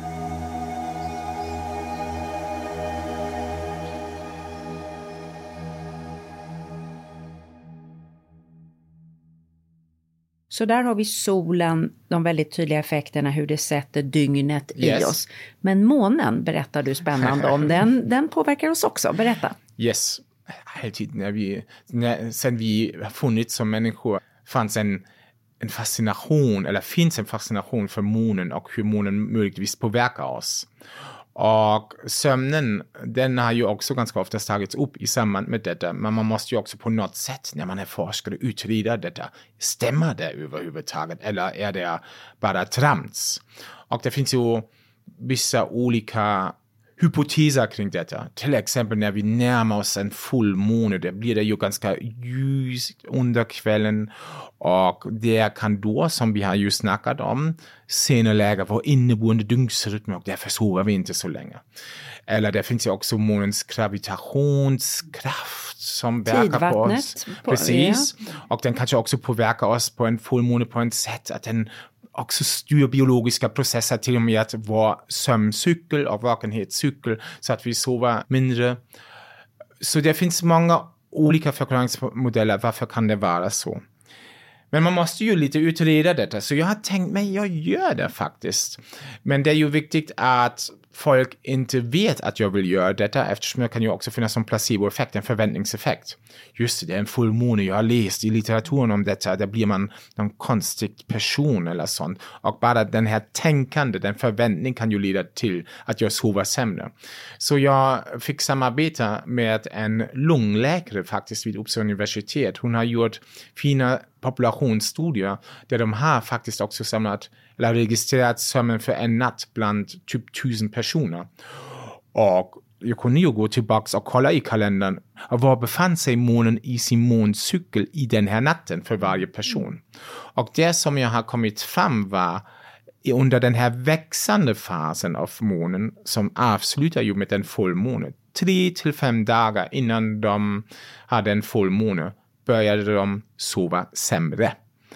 Så där har vi solen, de väldigt tydliga effekterna, hur det sätter dygnet yes. i oss. Men månen berättar du spännande om, den, den påverkar oss också, berätta. Yes, alltid när vi, när, sen vi har funnits som människor fanns en, en fascination, eller finns en fascination för månen och hur månen möjligtvis påverkar oss. Och sömnen, den har ju också ganska ofta tagits upp i samband med detta. Men man måste ju också på något sätt, när man är forskare, utreda detta. Stämmer det överhuvudtaget? Eller är det bara trams? Och det finns ju vissa olika hypoteser kring detta. Till exempel när vi närmar oss en fullmåne, det blir det ju ganska ljust under kvällen och det kan då, som vi har ju snackat om, senarelägga vår inneboende dygnsrytm och därför sover vi inte så länge. Eller det finns ju också månens gravitationskraft som verkar på oss. På, Precis. Ja. Och den kanske också påverkar oss på en fullmåne på ett sätt att den också styr biologiska processer till och med vår sömncykel och vakenhetscykel så att vi sover mindre. Så det finns många olika förklaringsmodeller varför kan det vara så. Men man måste ju lite utreda detta. Så jag har tänkt, men jag gör det faktiskt. Men det är ju viktigt att folk inte vet att jag vill göra detta eftersom det kan ju också finnas en placeboeffekt, en förväntningseffekt. Just det, det är en fullmåne, jag har läst i litteraturen om detta, där blir man någon konstig person eller sånt. Och bara den här tänkande, den förväntning kan ju leda till att jag sover sämre. Så jag fick samarbeta med en lungläkare faktiskt vid Uppsala universitet. Hon har gjort fina populationsstudier där de har faktiskt också samlat eller registrerat sömnen för en natt bland typ tusen personer. Och jag kunde ju gå tillbaka och kolla i kalendern och var befann sig månen i sin måncykel i den här natten för varje person. Och det som jag har kommit fram var under den här växande fasen av månen som avslutar ju med en fullmåne. Tre till fem dagar innan de hade en fullmåne började de sova sämre.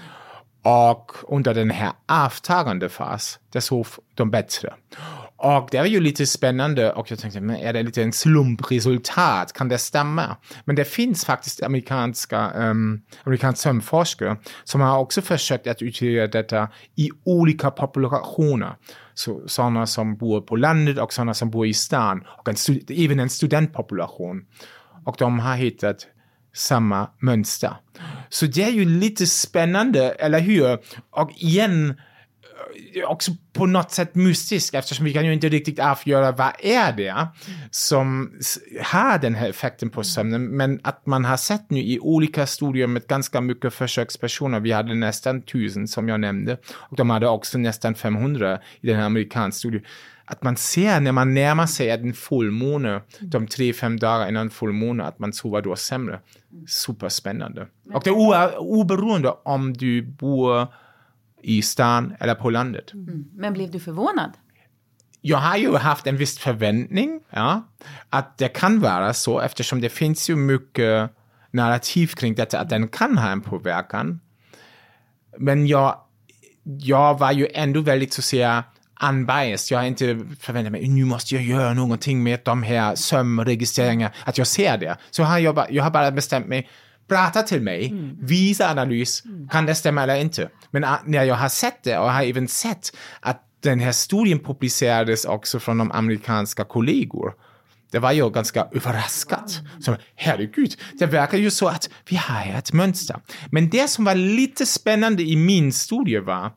Och under den här avtagande fas, där sov de bättre. Och det var ju lite spännande och jag tänkte, men är det lite en slumpresultat? Kan det stämma? Men det finns faktiskt amerikanska, um, amerikanska sömnforskare som har också försökt att utreda detta i olika populationer. Så, sådana som bor på landet och sådana som bor i stan och en stud- även en studentpopulation. Och de har hittat samma mönster. Så det är ju lite spännande, eller hur? Och igen, också på något sätt mystiskt, eftersom vi kan ju inte riktigt avgöra vad är det som har den här effekten på sömnen, men att man har sett nu i olika studier med ganska mycket försökspersoner, vi hade nästan tusen som jag nämnde, och de hade också nästan femhundra i den här amerikanska studien, att man ser när man närmar sig en fullmåne, de tre, fem dagar innan fullmåne, att man sover då sämre. Superspännande. Och det är oberoende om du bor i stan eller på landet. Mm. Men blev du förvånad? Jag har ju haft en viss förväntning, ja, att det kan vara så, eftersom det finns ju mycket narrativ kring detta, att den kan ha en påverkan. Men jag, jag var ju ändå väldigt, så att säga, unbiased. Jag har inte förväntat mig, nu måste jag göra någonting med de här sömnregistreringarna, att jag ser det. Så har jag, bara, jag har bara bestämt mig, prata till mig, mm. visa analys, mm. kan det stämma eller inte? Men uh, när jag har sett det och har även sett att den här studien publicerades också från de amerikanska kollegor, det var ju ganska överraskat. Så herregud, det verkar ju så att vi har ett mönster. Men det som var lite spännande i min studie var,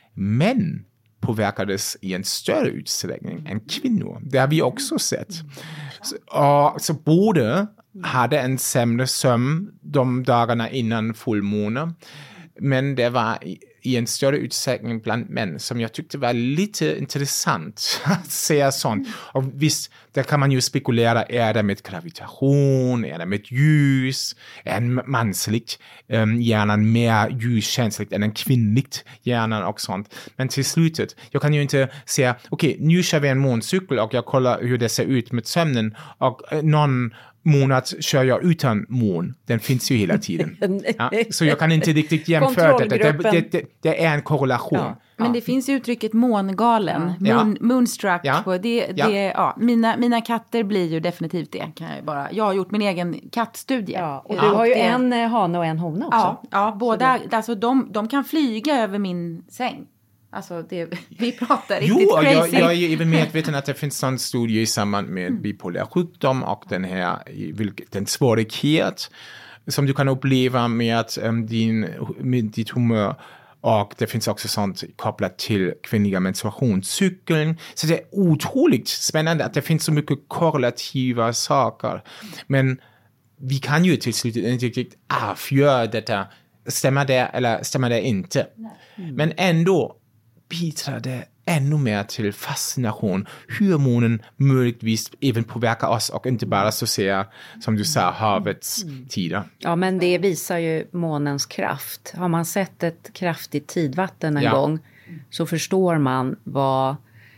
män påverkades i en större utsträckning än kvinnor. Det har vi också sett. Så, och, så både hade en sämre sömn de dagarna innan fullmåne, men det var i, i en större utsträckning bland män, som jag tyckte var lite intressant att se sånt. Och visst, där kan man ju spekulera, är det med gravitation, är det med ljus, är en mansligt um, hjärnan mer ljuskänsligt än en kvinnligt hjärnan och sånt. Men till slutet, jag kan ju inte säga, okej, okay, nu kör vi en måncykel och jag kollar hur det ser ut med sömnen, och uh, någon månad kör jag utan mån. Den finns ju hela tiden. Ja, så jag kan inte riktigt jämföra det. Det, det, det. det är en korrelation. Ja. Men ja. Det finns ju uttrycket mångalen. Ja. Moon, moonstruck. Ja. Det, det, ja. Ja, mina, mina katter blir ju definitivt det. Kan jag, bara. Jag har gjort min egen kattstudie. Ja, och du har ju det. en hane och en hona också. Ja, ja båda. Alltså, de, de kan flyga över min säng. Alltså, det, vi pratar riktigt jo, crazy. Jag, jag är även medveten att det finns en studie i samband med mm. bipolär sjukdom och den här, den svårighet som du kan uppleva med, att, um, din, med ditt humör. Och det finns också sånt kopplat till kvinnliga menstruationscykeln. Så det är otroligt spännande att det finns så mycket korrelativa saker. Men vi kan ju till slut inte riktigt avgöra detta. Stämmer det eller stämmer det inte? Mm. Men ändå bidrar det ännu mer till fascination hur månen möjligtvis även påverkar oss, och inte bara så säga, som du sa, havets tider. Ja, men det visar ju månens kraft. Har man sett ett kraftigt tidvatten en ja. gång, så förstår man vad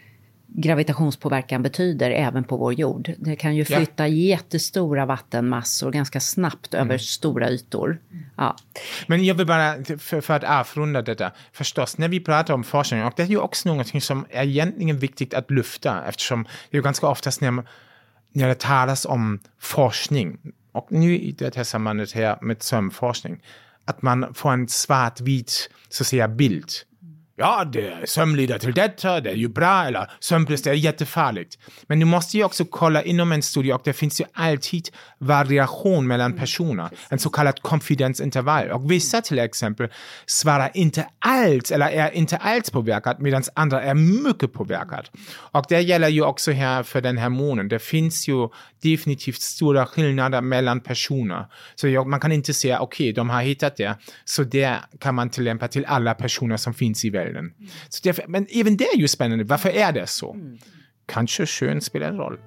gravitationspåverkan betyder även på vår jord. Det kan ju flytta ja. jättestora vattenmassor ganska snabbt mm. över stora ytor. Ja. Men jag vill bara, för, för att avrunda detta, förstås, när vi pratar om forskning, och det är ju också något som är egentligen viktigt att lyfta, eftersom det är ju ganska oftast när, när det talas om forskning, och nu i det här sammanhanget här med sömnforskning, att man får en svartvit, så att säga, bild. Ja, det sömn leder till detta, det är ju bra, eller sömnbrist är jättefarligt. Men du måste ju också kolla inom en studie, och det finns ju alltid variation mellan personer, en så kallad konfidensintervall. Och vissa till exempel svarar inte alls, eller är inte alls påverkat, medan andra är mycket påverkat. Och det gäller ju också här för den här månen. Det finns ju definitivt stora skillnader mellan personer. Så jag, man kan inte säga, okej, okay, de har hittat det, så det kan man tillämpa till alla personer som finns i världen. Mm. Så därför, men även det är ju spännande. Varför är det så? Mm. Kanske kön spelar en roll.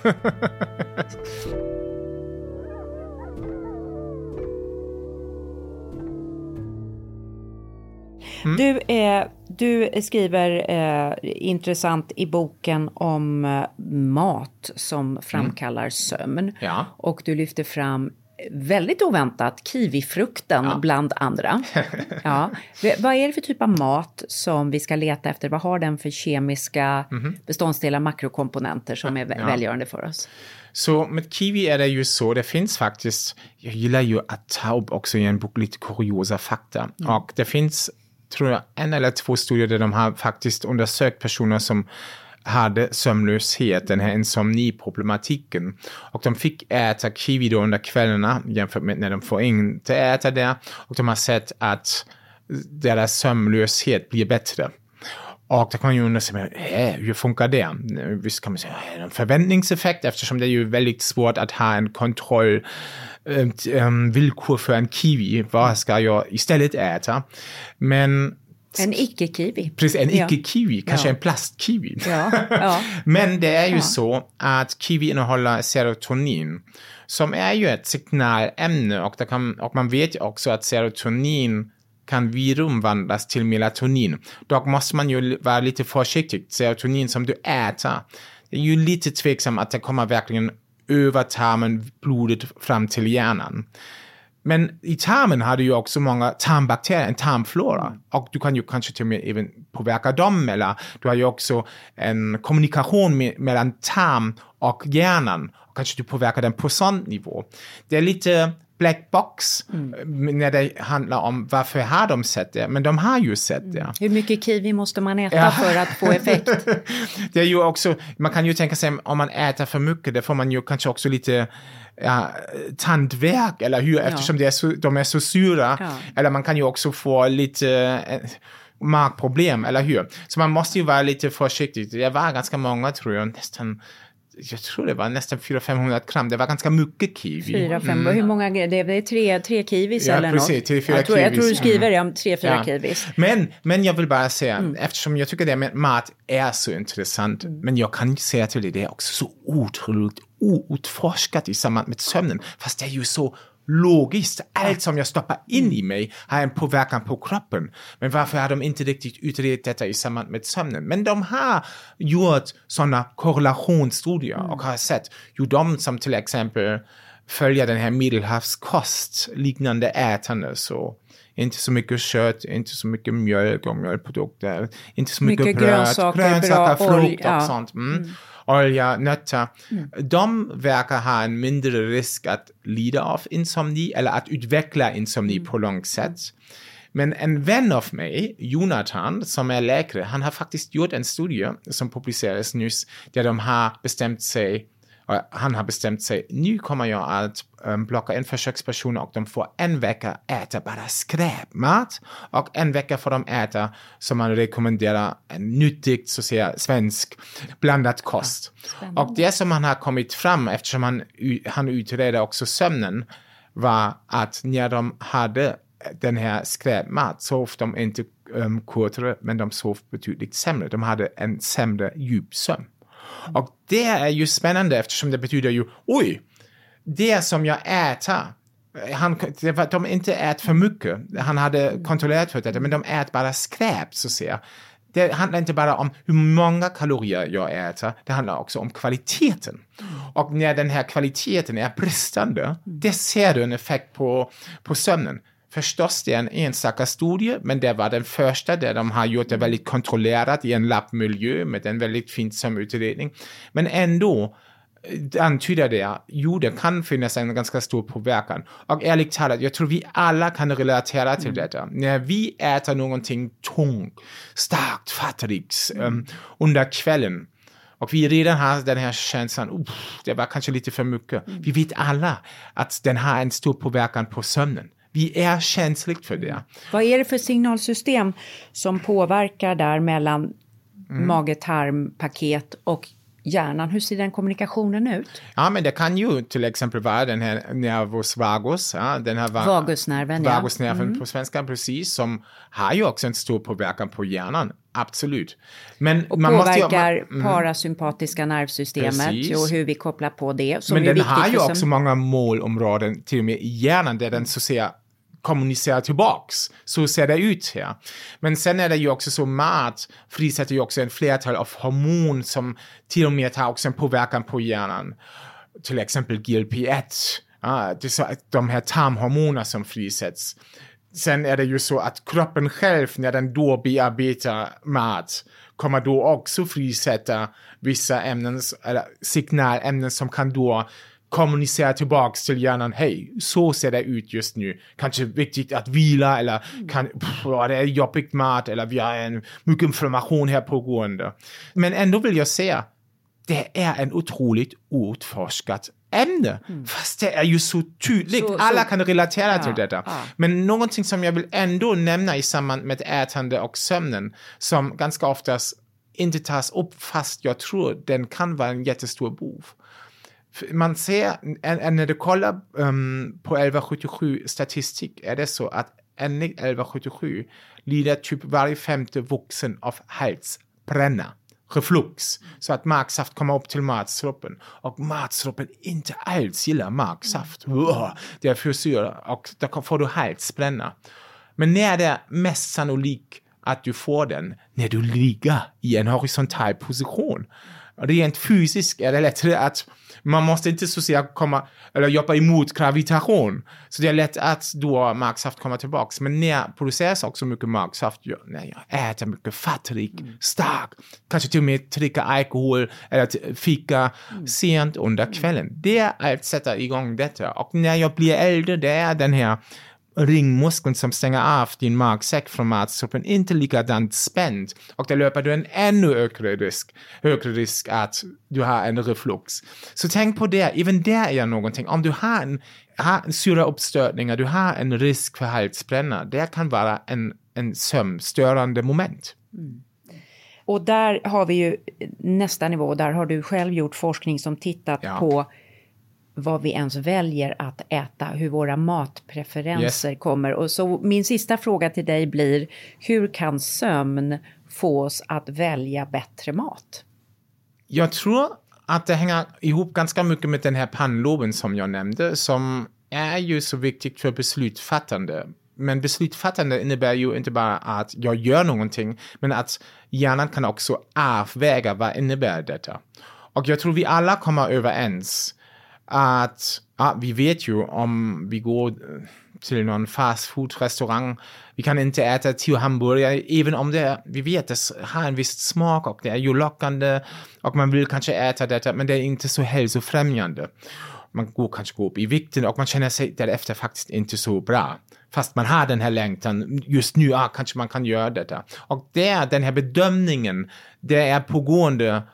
mm. Du, eh, du skriver eh, intressant i boken om eh, mat som framkallar mm. sömn. Ja. Och du lyfter fram väldigt oväntat kiwifrukten ja. bland andra. Ja. Vad är det för typ av mat som vi ska leta efter? Vad har den för kemiska mm-hmm. beståndsdelar, makrokomponenter som är ja. välgörande för oss? Så med kiwi är det ju så, det finns faktiskt, jag gillar ju att ta upp också i en bok lite kuriosa fakta. Mm. Och det finns, tror jag, en eller två studier där de har faktiskt undersökt personer som hade sömnlöshet, den här insomniproblematiken. Och de fick äta kiwi då under kvällarna jämfört med när de får inte äta det. Och de har sett att deras sömnlöshet blir bättre. Och då kan man ju undra sig, äh, hur funkar det? Visst kan man säga, är det en förväntningseffekt eftersom det är ju väldigt svårt att ha en kontroll ähm, villkor för en kiwi. Vad ska jag istället äta? Men en icke-kiwi. Precis, en ja. icke-kiwi, kanske ja. en plastkiwi. Ja. Ja. Men det är ju ja. så att kiwi innehåller serotonin, som är ju ett signalämne, och, det kan, och man vet ju också att serotonin kan vidumvandlas till melatonin. Dock måste man ju vara lite försiktig. Serotonin som du äter, det är ju lite tveksam att det kommer verkligen över tarmen, blodet fram till hjärnan. Men i tarmen har du ju också många tarmbakterier, en tarmflora. Och du kan ju kanske till och med även påverka dem. Eller du har ju också en kommunikation med, mellan tarm och hjärnan. Och kanske du påverkar den på sån nivå. Det är lite black box mm. när det handlar om varför har de sett det. Men de har ju sett det. Mm. Hur mycket kiwi måste man äta ja. för att få effekt? Det är ju också, man kan ju tänka sig om man äter för mycket, det får man ju kanske också lite ja, tandvärk eller hur, ja. eftersom det är så, de är så sura. Ja. Eller man kan ju också få lite eh, magproblem, eller hur? Så man måste ju vara lite försiktig. Det var ganska många, tror jag, nästan jag tror det var nästan fyra till femhundra gram. Det var ganska mycket kiwi. fyra till fem, mm. hur många? Det är tre, tre kiwis ja, eller precis, något? Tre, fyra jag, tror, jag tror du skriver det om tre, fyra ja. kiwis. Men, men jag vill bara säga, mm. eftersom jag tycker det med mat är så intressant, mm. men jag kan säga till dig, det är också så otroligt outforskat i samband med sömnen. Fast det är ju så logiskt. Allt som jag stoppar in i mig har en påverkan på kroppen. Men varför har de inte riktigt utrett detta i samband med sömnen? Men de har gjort sådana korrelationsstudier mm. och har sett ju de som till exempel följer den här medelhavskost liknande ätande, så inte så mycket kött, inte så mycket mjölk och mjölkprodukter, inte så mycket, mycket bröd, grönsaker, grönsaker frukt olja. och sånt. Mm. Mm. Olja, nötter. Mm. De verkar ha en mindre risk att lida av insomni eller att utveckla insomni mm. på lång sätt. Men en vän av mig, Jonathan, som är läkare, han har faktiskt gjort en studie som publicerades nyss där de har bestämt sig, han har bestämt sig, nu kommer jag att um, blocka en försöksperson och de får en vecka äta bara skräpmat och en vecka får de äta som man rekommenderar en nyttigt, så att säga, svensk blandat kost. Spännande. Och det som han har kommit fram, eftersom han, han utredde också sömnen, var att när de hade den här skräpmat sov de inte um, kortare, men de sov betydligt sämre. De hade en sämre djupsömn. Och det är ju spännande eftersom det betyder ju, oj, det som jag äter, han, det var, de inte äter för mycket. Han hade kontrollerat för det, men de äter bara skräp, så att säga. Det handlar inte bara om hur många kalorier jag äter, det handlar också om kvaliteten. Och när den här kvaliteten är bristande, det ser du en effekt på, på sömnen. Förstås, det är en enstaka studie, men det var den första där de har gjort det väldigt kontrollerat i en labbmiljö med en väldigt fin sömnutredning. Men ändå antyder det, jo, det kan finnas en ganska stor påverkan. Och ärligt talat, jag tror vi alla kan relatera till mm. detta. När vi äter någonting tungt, starkt, fattigt um, under kvällen, och vi redan har den här känslan, det var kanske lite för mycket. Mm. Vi vet alla att den har en stor påverkan på sömnen. Vi är känsligt för det. Vad är det för signalsystem som påverkar där mellan mm. mage-tarm-paket och hjärnan? Hur ser den kommunikationen ut? Ja, men det kan ju till exempel vara den här nervus vagus. Ja, den här va- vagusnerven, vagusnerven ja. mm. på svenska, precis, som har ju också en stor påverkan på hjärnan. Absolut. Men och man påverkar måste ju, man, mm. parasympatiska nervsystemet precis. Och hur vi kopplar på det. Som men är den har ju som... också många målområden, till och med i hjärnan, där den så att säga kommunicerar tillbaks. Så ser det ut här. Men sen är det ju också så, mat frisätter ju också en flertal av hormon som till och med har också en påverkan på hjärnan. Till exempel G L P ett. Ja, det är så att de här tarmhormoner som frisätts. Sen är det ju så att kroppen själv, när den då bearbetar mat, kommer då också frisätta vissa ämnen, eller signalämnen som kan då kommunicera tillbaka till hjärnan, hej, så ser det ut just nu. Kanske viktigt att vila, eller kan, pff, det är jobbigt mat, eller vi har en mycket inflammation här pågående. Men ändå vill jag säga, det är en otroligt utforskat ämne. Mm. Fast det är ju så tydligt. Så, Alla så, kan relatera ja, till detta. Ja. Men någonting som jag vill ändå nämna i samband med ätande och sömnen, som ganska oftast inte tas upp, fast jag tror den kan vara en jättestor bov. Man ser, när du kollar um, på elva sjuttiosju statistik, är det så att enligt elva sjuttiosju lider typ varje femte vuxen av halsbränna. Reflux, så att magsaft kommer upp till matstroppen, och matstroppen inte alls gillar magsaft. Uh, det är för syra, och då får du halsbränna. Men när det är mest sannolikt att du får den när du ligger i en horisontal position. Och rent fysiskt är det lättare att man måste inte så säga komma eller jobba emot gravitation. Så det är lätt att då magsaft kommer tillbaka. Men när produceras också mycket magsaft, när jag äter mycket fattrik, mm. stark, kanske till och med dricka alkohol eller fika mm. sent under kvällen. Det är allt sätter igång detta. Och när jag blir äldre, det är den här ringmuskeln som stänger av din magsäck från matstroppen inte likadant spänd, och då löper du en ännu högre risk, högre risk att du har en reflux. Så tänk på det, även där är någonting. Om du har en, har en syrauppstötning, du har en risk för halsbränna, det kan vara en, en sömnstörande moment. Mm. Och där har vi ju nästa nivå, där har du själv gjort forskning som tittat ja. på vad vi ens väljer att äta, hur våra matpreferenser yes. kommer. Och så min sista fråga till dig blir, hur kan sömn få oss att välja bättre mat? Jag tror att det hänger ihop ganska mycket med den här pannloben som jag nämnde, som är ju så viktigt för beslutfattande. Men beslutfattande innebär ju inte bara att jag gör någonting, men att hjärnan kan också avväga vad innebär detta. Och jag tror vi alla kommer överens att ja, vi vet ju om vi går till någon fastfood-restaurang, vi kan inte äta tio hamburgare, även om det, vi vet det har en viss smak och det är ju lockande och man vill kanske äta detta, men det är inte så hälsofrämjande. Man går kanske gå upp i vikten och man känner sig därefter faktiskt inte så bra. Fast man har den här längtan, just nu ah, kanske man kan göra detta. Och det är den här bedömningen, det är pågående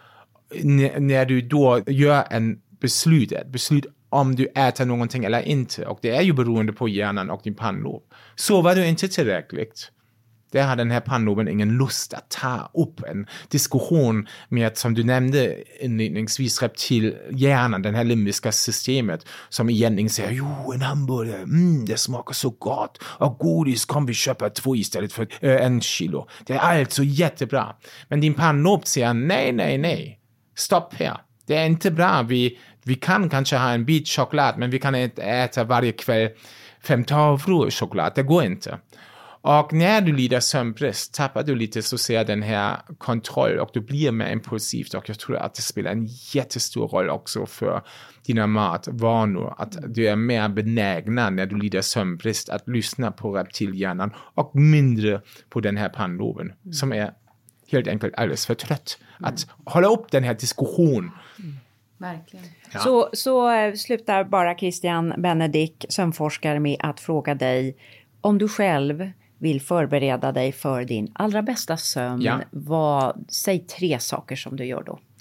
n- när du då gör en beslut, ett beslut om du äter någonting eller inte. Och det är ju beroende på hjärnan och din pannlob. Sover du inte tillräckligt, det har den här pannloben ingen lust att ta upp en diskussion med, som du nämnde inledningsvis, reptilhjärnan, den här limbiska systemet, som egentligen säger, jo, en hamburgare, mm, det smakar så gott, och godis kan vi köpa två istället för äh, en kilo. Det är alltså jättebra. Men din pannlob säger, nej, nej, nej, stopp här. Det är inte bra. Vi, vi kan kanske ha en bit choklad, men vi kan inte äta varje kväll fem tavlor choklad. Det går inte. Och när du lider sömnbrist tappar du lite så ser den här kontroll och du blir mer impulsivt, och jag tror att det spelar en jättestor roll också för dina matvanor, att du är mer benägna när du lider sömnbrist att lyssna på reptilhjärnan och mindre på den här pannloben mm. som är helt enkelt alldeles för trött mm. att hålla upp den här diskussionen. Mm. Verkligen. Ja. Så, så slutar bara Christian Benedict, sömnforskare, med att fråga dig, om du själv vill förbereda dig för din allra bästa sömn, ja. vad, säg tre saker som du gör då.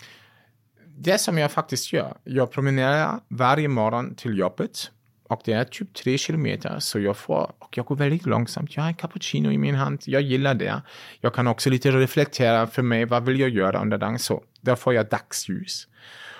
Det som jag faktiskt gör, jag promenerar varje morgon till jobbet, och det är typ tre kilometer, så jag får, och jag går väldigt långsamt, jag har en cappuccino i min hand, jag gillar det. Jag kan också lite reflektera för mig, vad vill jag göra under dagen, så där får jag dagsljus.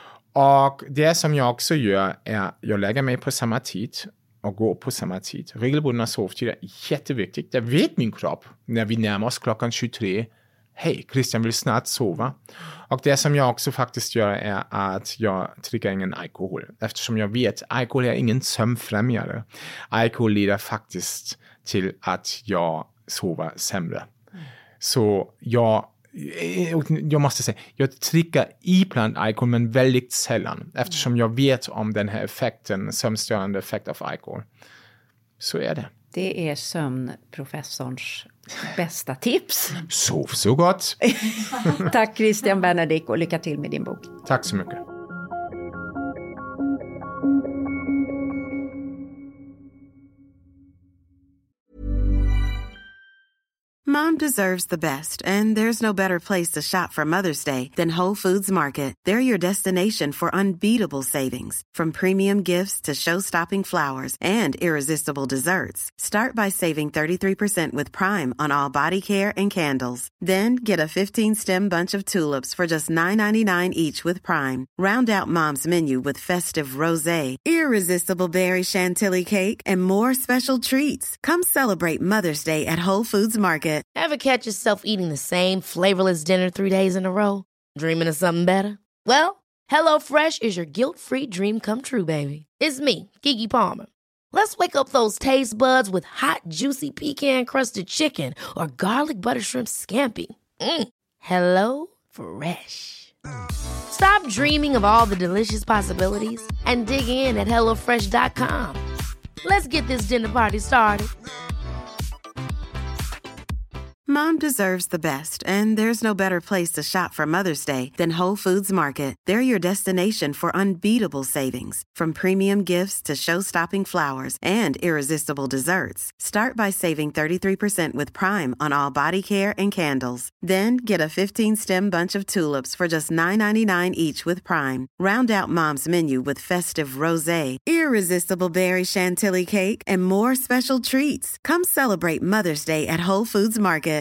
Och det som jag också gör är, jag lägger mig på samma tid och går på samma tid. Regelbundna sovtider är jätteviktigt. Det vet min kropp när vi närmar oss klockan tjugotre. Hej, Christian vill snart sova. Och det som jag också faktiskt gör är att jag dricker ingen alkohol. Eftersom jag vet att alkohol är ingen sömnfrämjare. Alkohol leder faktiskt till att jag sover sämre. Så jag, jag måste säga, jag dricker ibland alkohol men väldigt sällan. Eftersom jag vet om den här effekten, sömnstörande effekt av alkohol. Så är det. Det är sömnprofessorns bästa tips. Sov så gott. Tack Christian Benedict och lycka till med din bok. Tack så mycket. Mom deserves the best, and there's no better place to shop for Mother's Day than Whole Foods Market. They're your destination for unbeatable savings, from premium gifts to show-stopping flowers and irresistible desserts. Start by saving thirty-three percent with Prime on all body care and candles. Then get a fifteen-stem bunch of tulips for just nine ninety-nine each with Prime. Round out Mom's menu with festive rosé, irresistible berry chantilly cake, and more special treats. Come celebrate Mother's Day at Whole Foods Market. Ever catch yourself eating the same flavorless dinner three days in a row? Dreaming of something better? Well, HelloFresh is your guilt-free dream come true, baby. It's me, Keke Palmer. Let's wake up those taste buds with hot, juicy pecan-crusted chicken or garlic butter shrimp scampi. Mm. Hello Fresh. Stop dreaming of all the delicious possibilities and dig in at hello fresh dot com. Let's get this dinner party started. Mom deserves the best, and there's no better place to shop for Mother's Day than Whole Foods Market. They're your destination for unbeatable savings, from premium gifts to show-stopping flowers and irresistible desserts. Start by saving thirty-three percent with Prime on all body care and candles. Then get a fifteen-stem bunch of tulips for just nine ninety-nine each with Prime. Round out Mom's menu with festive rosé, irresistible berry chantilly cake, and more special treats. Come celebrate Mother's Day at Whole Foods Market.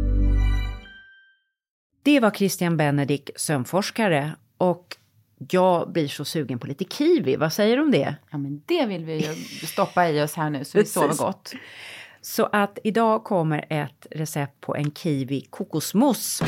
Det var Christian Benedict, sömnforskare, och jag blir så sugen på lite kiwi. Vad säger du om det? Ja, men det vill vi ju stoppa i oss här nu så vi sover gott. Så att idag kommer ett recept på en kiwi kokosmousse.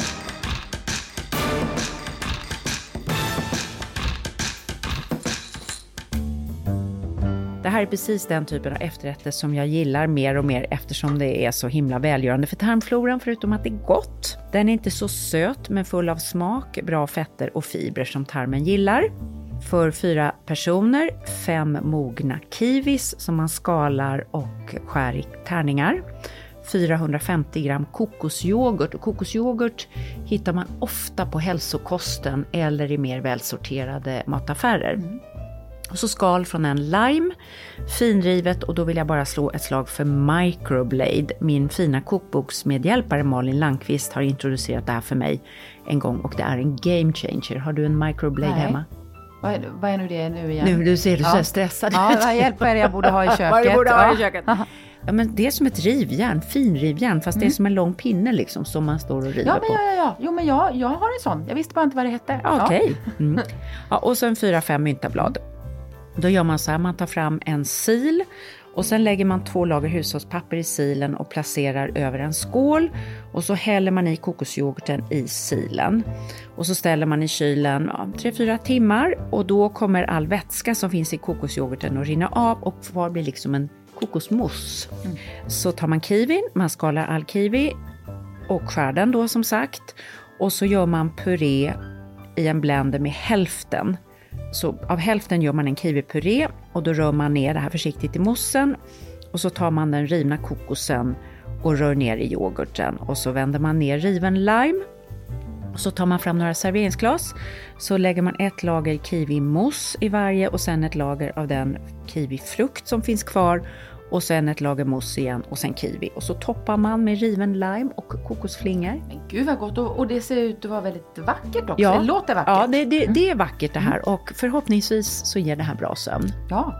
Det här är precis den typen av efterrätter som jag gillar mer och mer eftersom det är så himla välgörande för tarmfloran, förutom att det är gott. Den är inte så söt men full av smak, bra fetter och fibrer som tarmen gillar. För fyra personer, fem mogna kiwis som man skalar och skär i tärningar. fyrahundrafemtio gram kokosyoghurt, och kokosyoghurt hittar man ofta på hälsokosten eller i mer välsorterade mataffärer. Mm. Och så skal från en lime, finrivet, och då vill jag bara slå ett slag för Microblade. Min fina kokboksmedhjälpare Malin Landqvist har introducerat det här för mig en gång och det är en game changer. Har du en Microblade Nej. hemma? Vad är, vad är nu det nu igen? Nu du ser du så ja. stressad. Ja, vad hjälper jag borde ha i köket. Vad jag borde ha i ja. köket. Ja, men det är som ett rivjärn, finrivjärn, fast mm. det är som en lång pinne liksom som man står och river ja, men på. Ja, ja, ja. Jo, men jag, jag har en sån. Jag visste bara inte vad det hette. Okej. Okay. Mm. Ja, och så en fyra, fem myntablad. Då gör man så här, man tar fram en sil och sen lägger man två lager hushållspapper i silen och placerar över en skål. Och så häller man i kokosyoghurten i silen. Och så ställer man i kylen ja, tre fyra timmar och då kommer all vätska som finns i kokosyoghurten att rinna av och kvar blir liksom en kokosmousse. Mm. Så tar man kiwin, man skalar all kiwi och skär den då som sagt. Och så gör man puré i en blender med hälften. Så av hälften gör man en kiwipuré och då rör man ner det här försiktigt i moussen. Och så tar man den rivna kokosen och rör ner i yoghurten. Och så vänder man ner riven lime. Och så tar man fram några serveringsglas. Så lägger man ett lager kiwimousse i varje och sen ett lager av den kiwifrukt som finns kvar. Och sen ett lager mousse igen och sen kiwi. Och så toppar man med riven lime och kokosflingor. Men gud vad gott. Och, och det ser ut att vara väldigt vackert också. Ja. Det låter vackert. Ja, det, det, det är vackert det här. Och förhoppningsvis så ger det här bra sömn. Ja.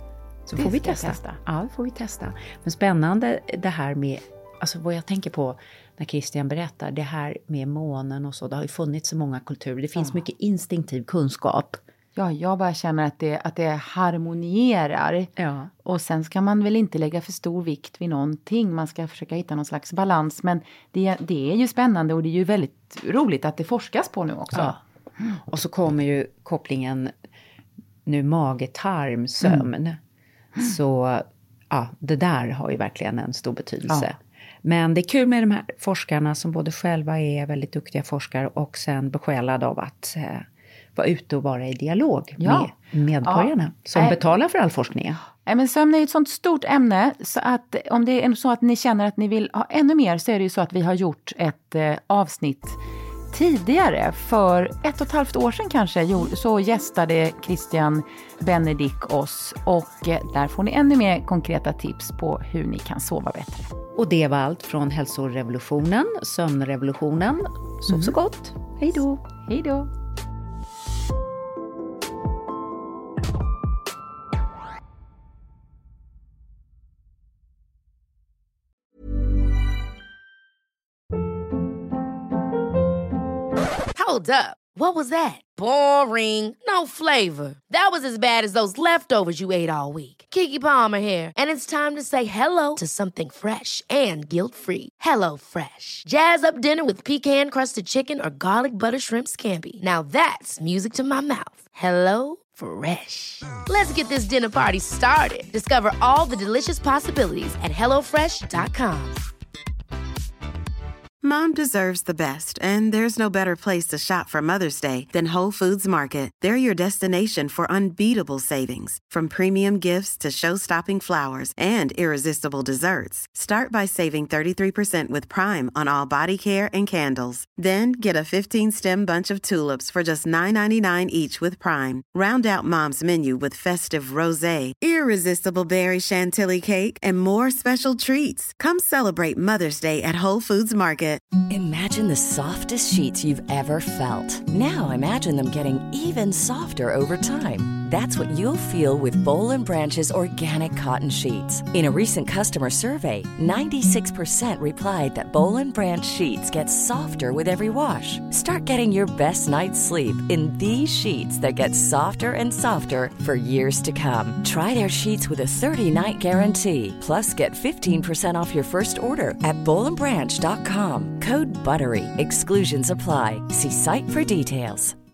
Så får vi testa. testa. Ja, det får vi testa. Men spännande det här med, alltså vad jag tänker på när Christian berättar, det här med månen och så. Det har ju funnits så många kulturer. Det finns ja. mycket instinktiv kunskap. Ja, jag bara känner att det, att det harmonierar. Ja. Och sen ska man väl inte lägga för stor vikt vid någonting. Man ska försöka hitta någon slags balans. Men det, det är ju spännande och det är ju väldigt roligt att det forskas på nu också. Ja. Och så kommer ju kopplingen nu mage-tarm, sömn. Mm. Så ja, det där har ju verkligen en stor betydelse. Ja. Men det är kul med de här forskarna som både själva är väldigt duktiga forskare och sen besjälade av att eh, vara ute och vara i dialog ja. med medborgarna ja. som äh, betalar för all forskningen. Nej, men sömn är ett sånt stort ämne så att om det är så att ni känner att ni vill ha ännu mer så är det ju så att vi har gjort ett eh, avsnitt tidigare, för ett och ett halvt år sedan kanske, så gästade Christian Benedict oss och där får ni ännu mer konkreta tips på hur ni kan sova bättre. Och det var allt från hälsorevolutionen, sömnrevolutionen. Sov mm. så gott. Hej då. Hej då. Hold up. What was that? Boring. No flavor. That was as bad as those leftovers you ate all week. Keke Palmer here, and it's time to say hello to something fresh and guilt-free. Hello Fresh. Jazz up dinner with pecan-crusted chicken or garlic butter shrimp scampi. Now that's music to my mouth. Hello Fresh. Let's get this dinner party started. Discover all the delicious possibilities at hello fresh dot com. Mom deserves the best, and there's no better place to shop for Mother's Day than Whole Foods Market. They're your destination for unbeatable savings, from premium gifts to show-stopping flowers and irresistible desserts. Start by saving thirty-three percent with Prime on all body care and candles. Then get a fifteen-stem bunch of tulips for just nine ninety-nine each with Prime. Round out Mom's menu with festive rosé, irresistible berry chantilly cake, and more special treats. Come celebrate Mother's Day at Whole Foods Market. Imagine the softest sheets you've ever felt. Now imagine them getting even softer over time. That's what you'll feel with Boll and Branch's organic cotton sheets. In a recent customer survey, ninety-six percent replied that Boll and Branch sheets get softer with every wash. Start getting your best night's sleep in these sheets that get softer and softer for years to come. Try their sheets with a thirty-night guarantee. Plus, get fifteen percent off your first order at boll and branch dot com. Code BUTTERY. Exclusions apply. See site for details.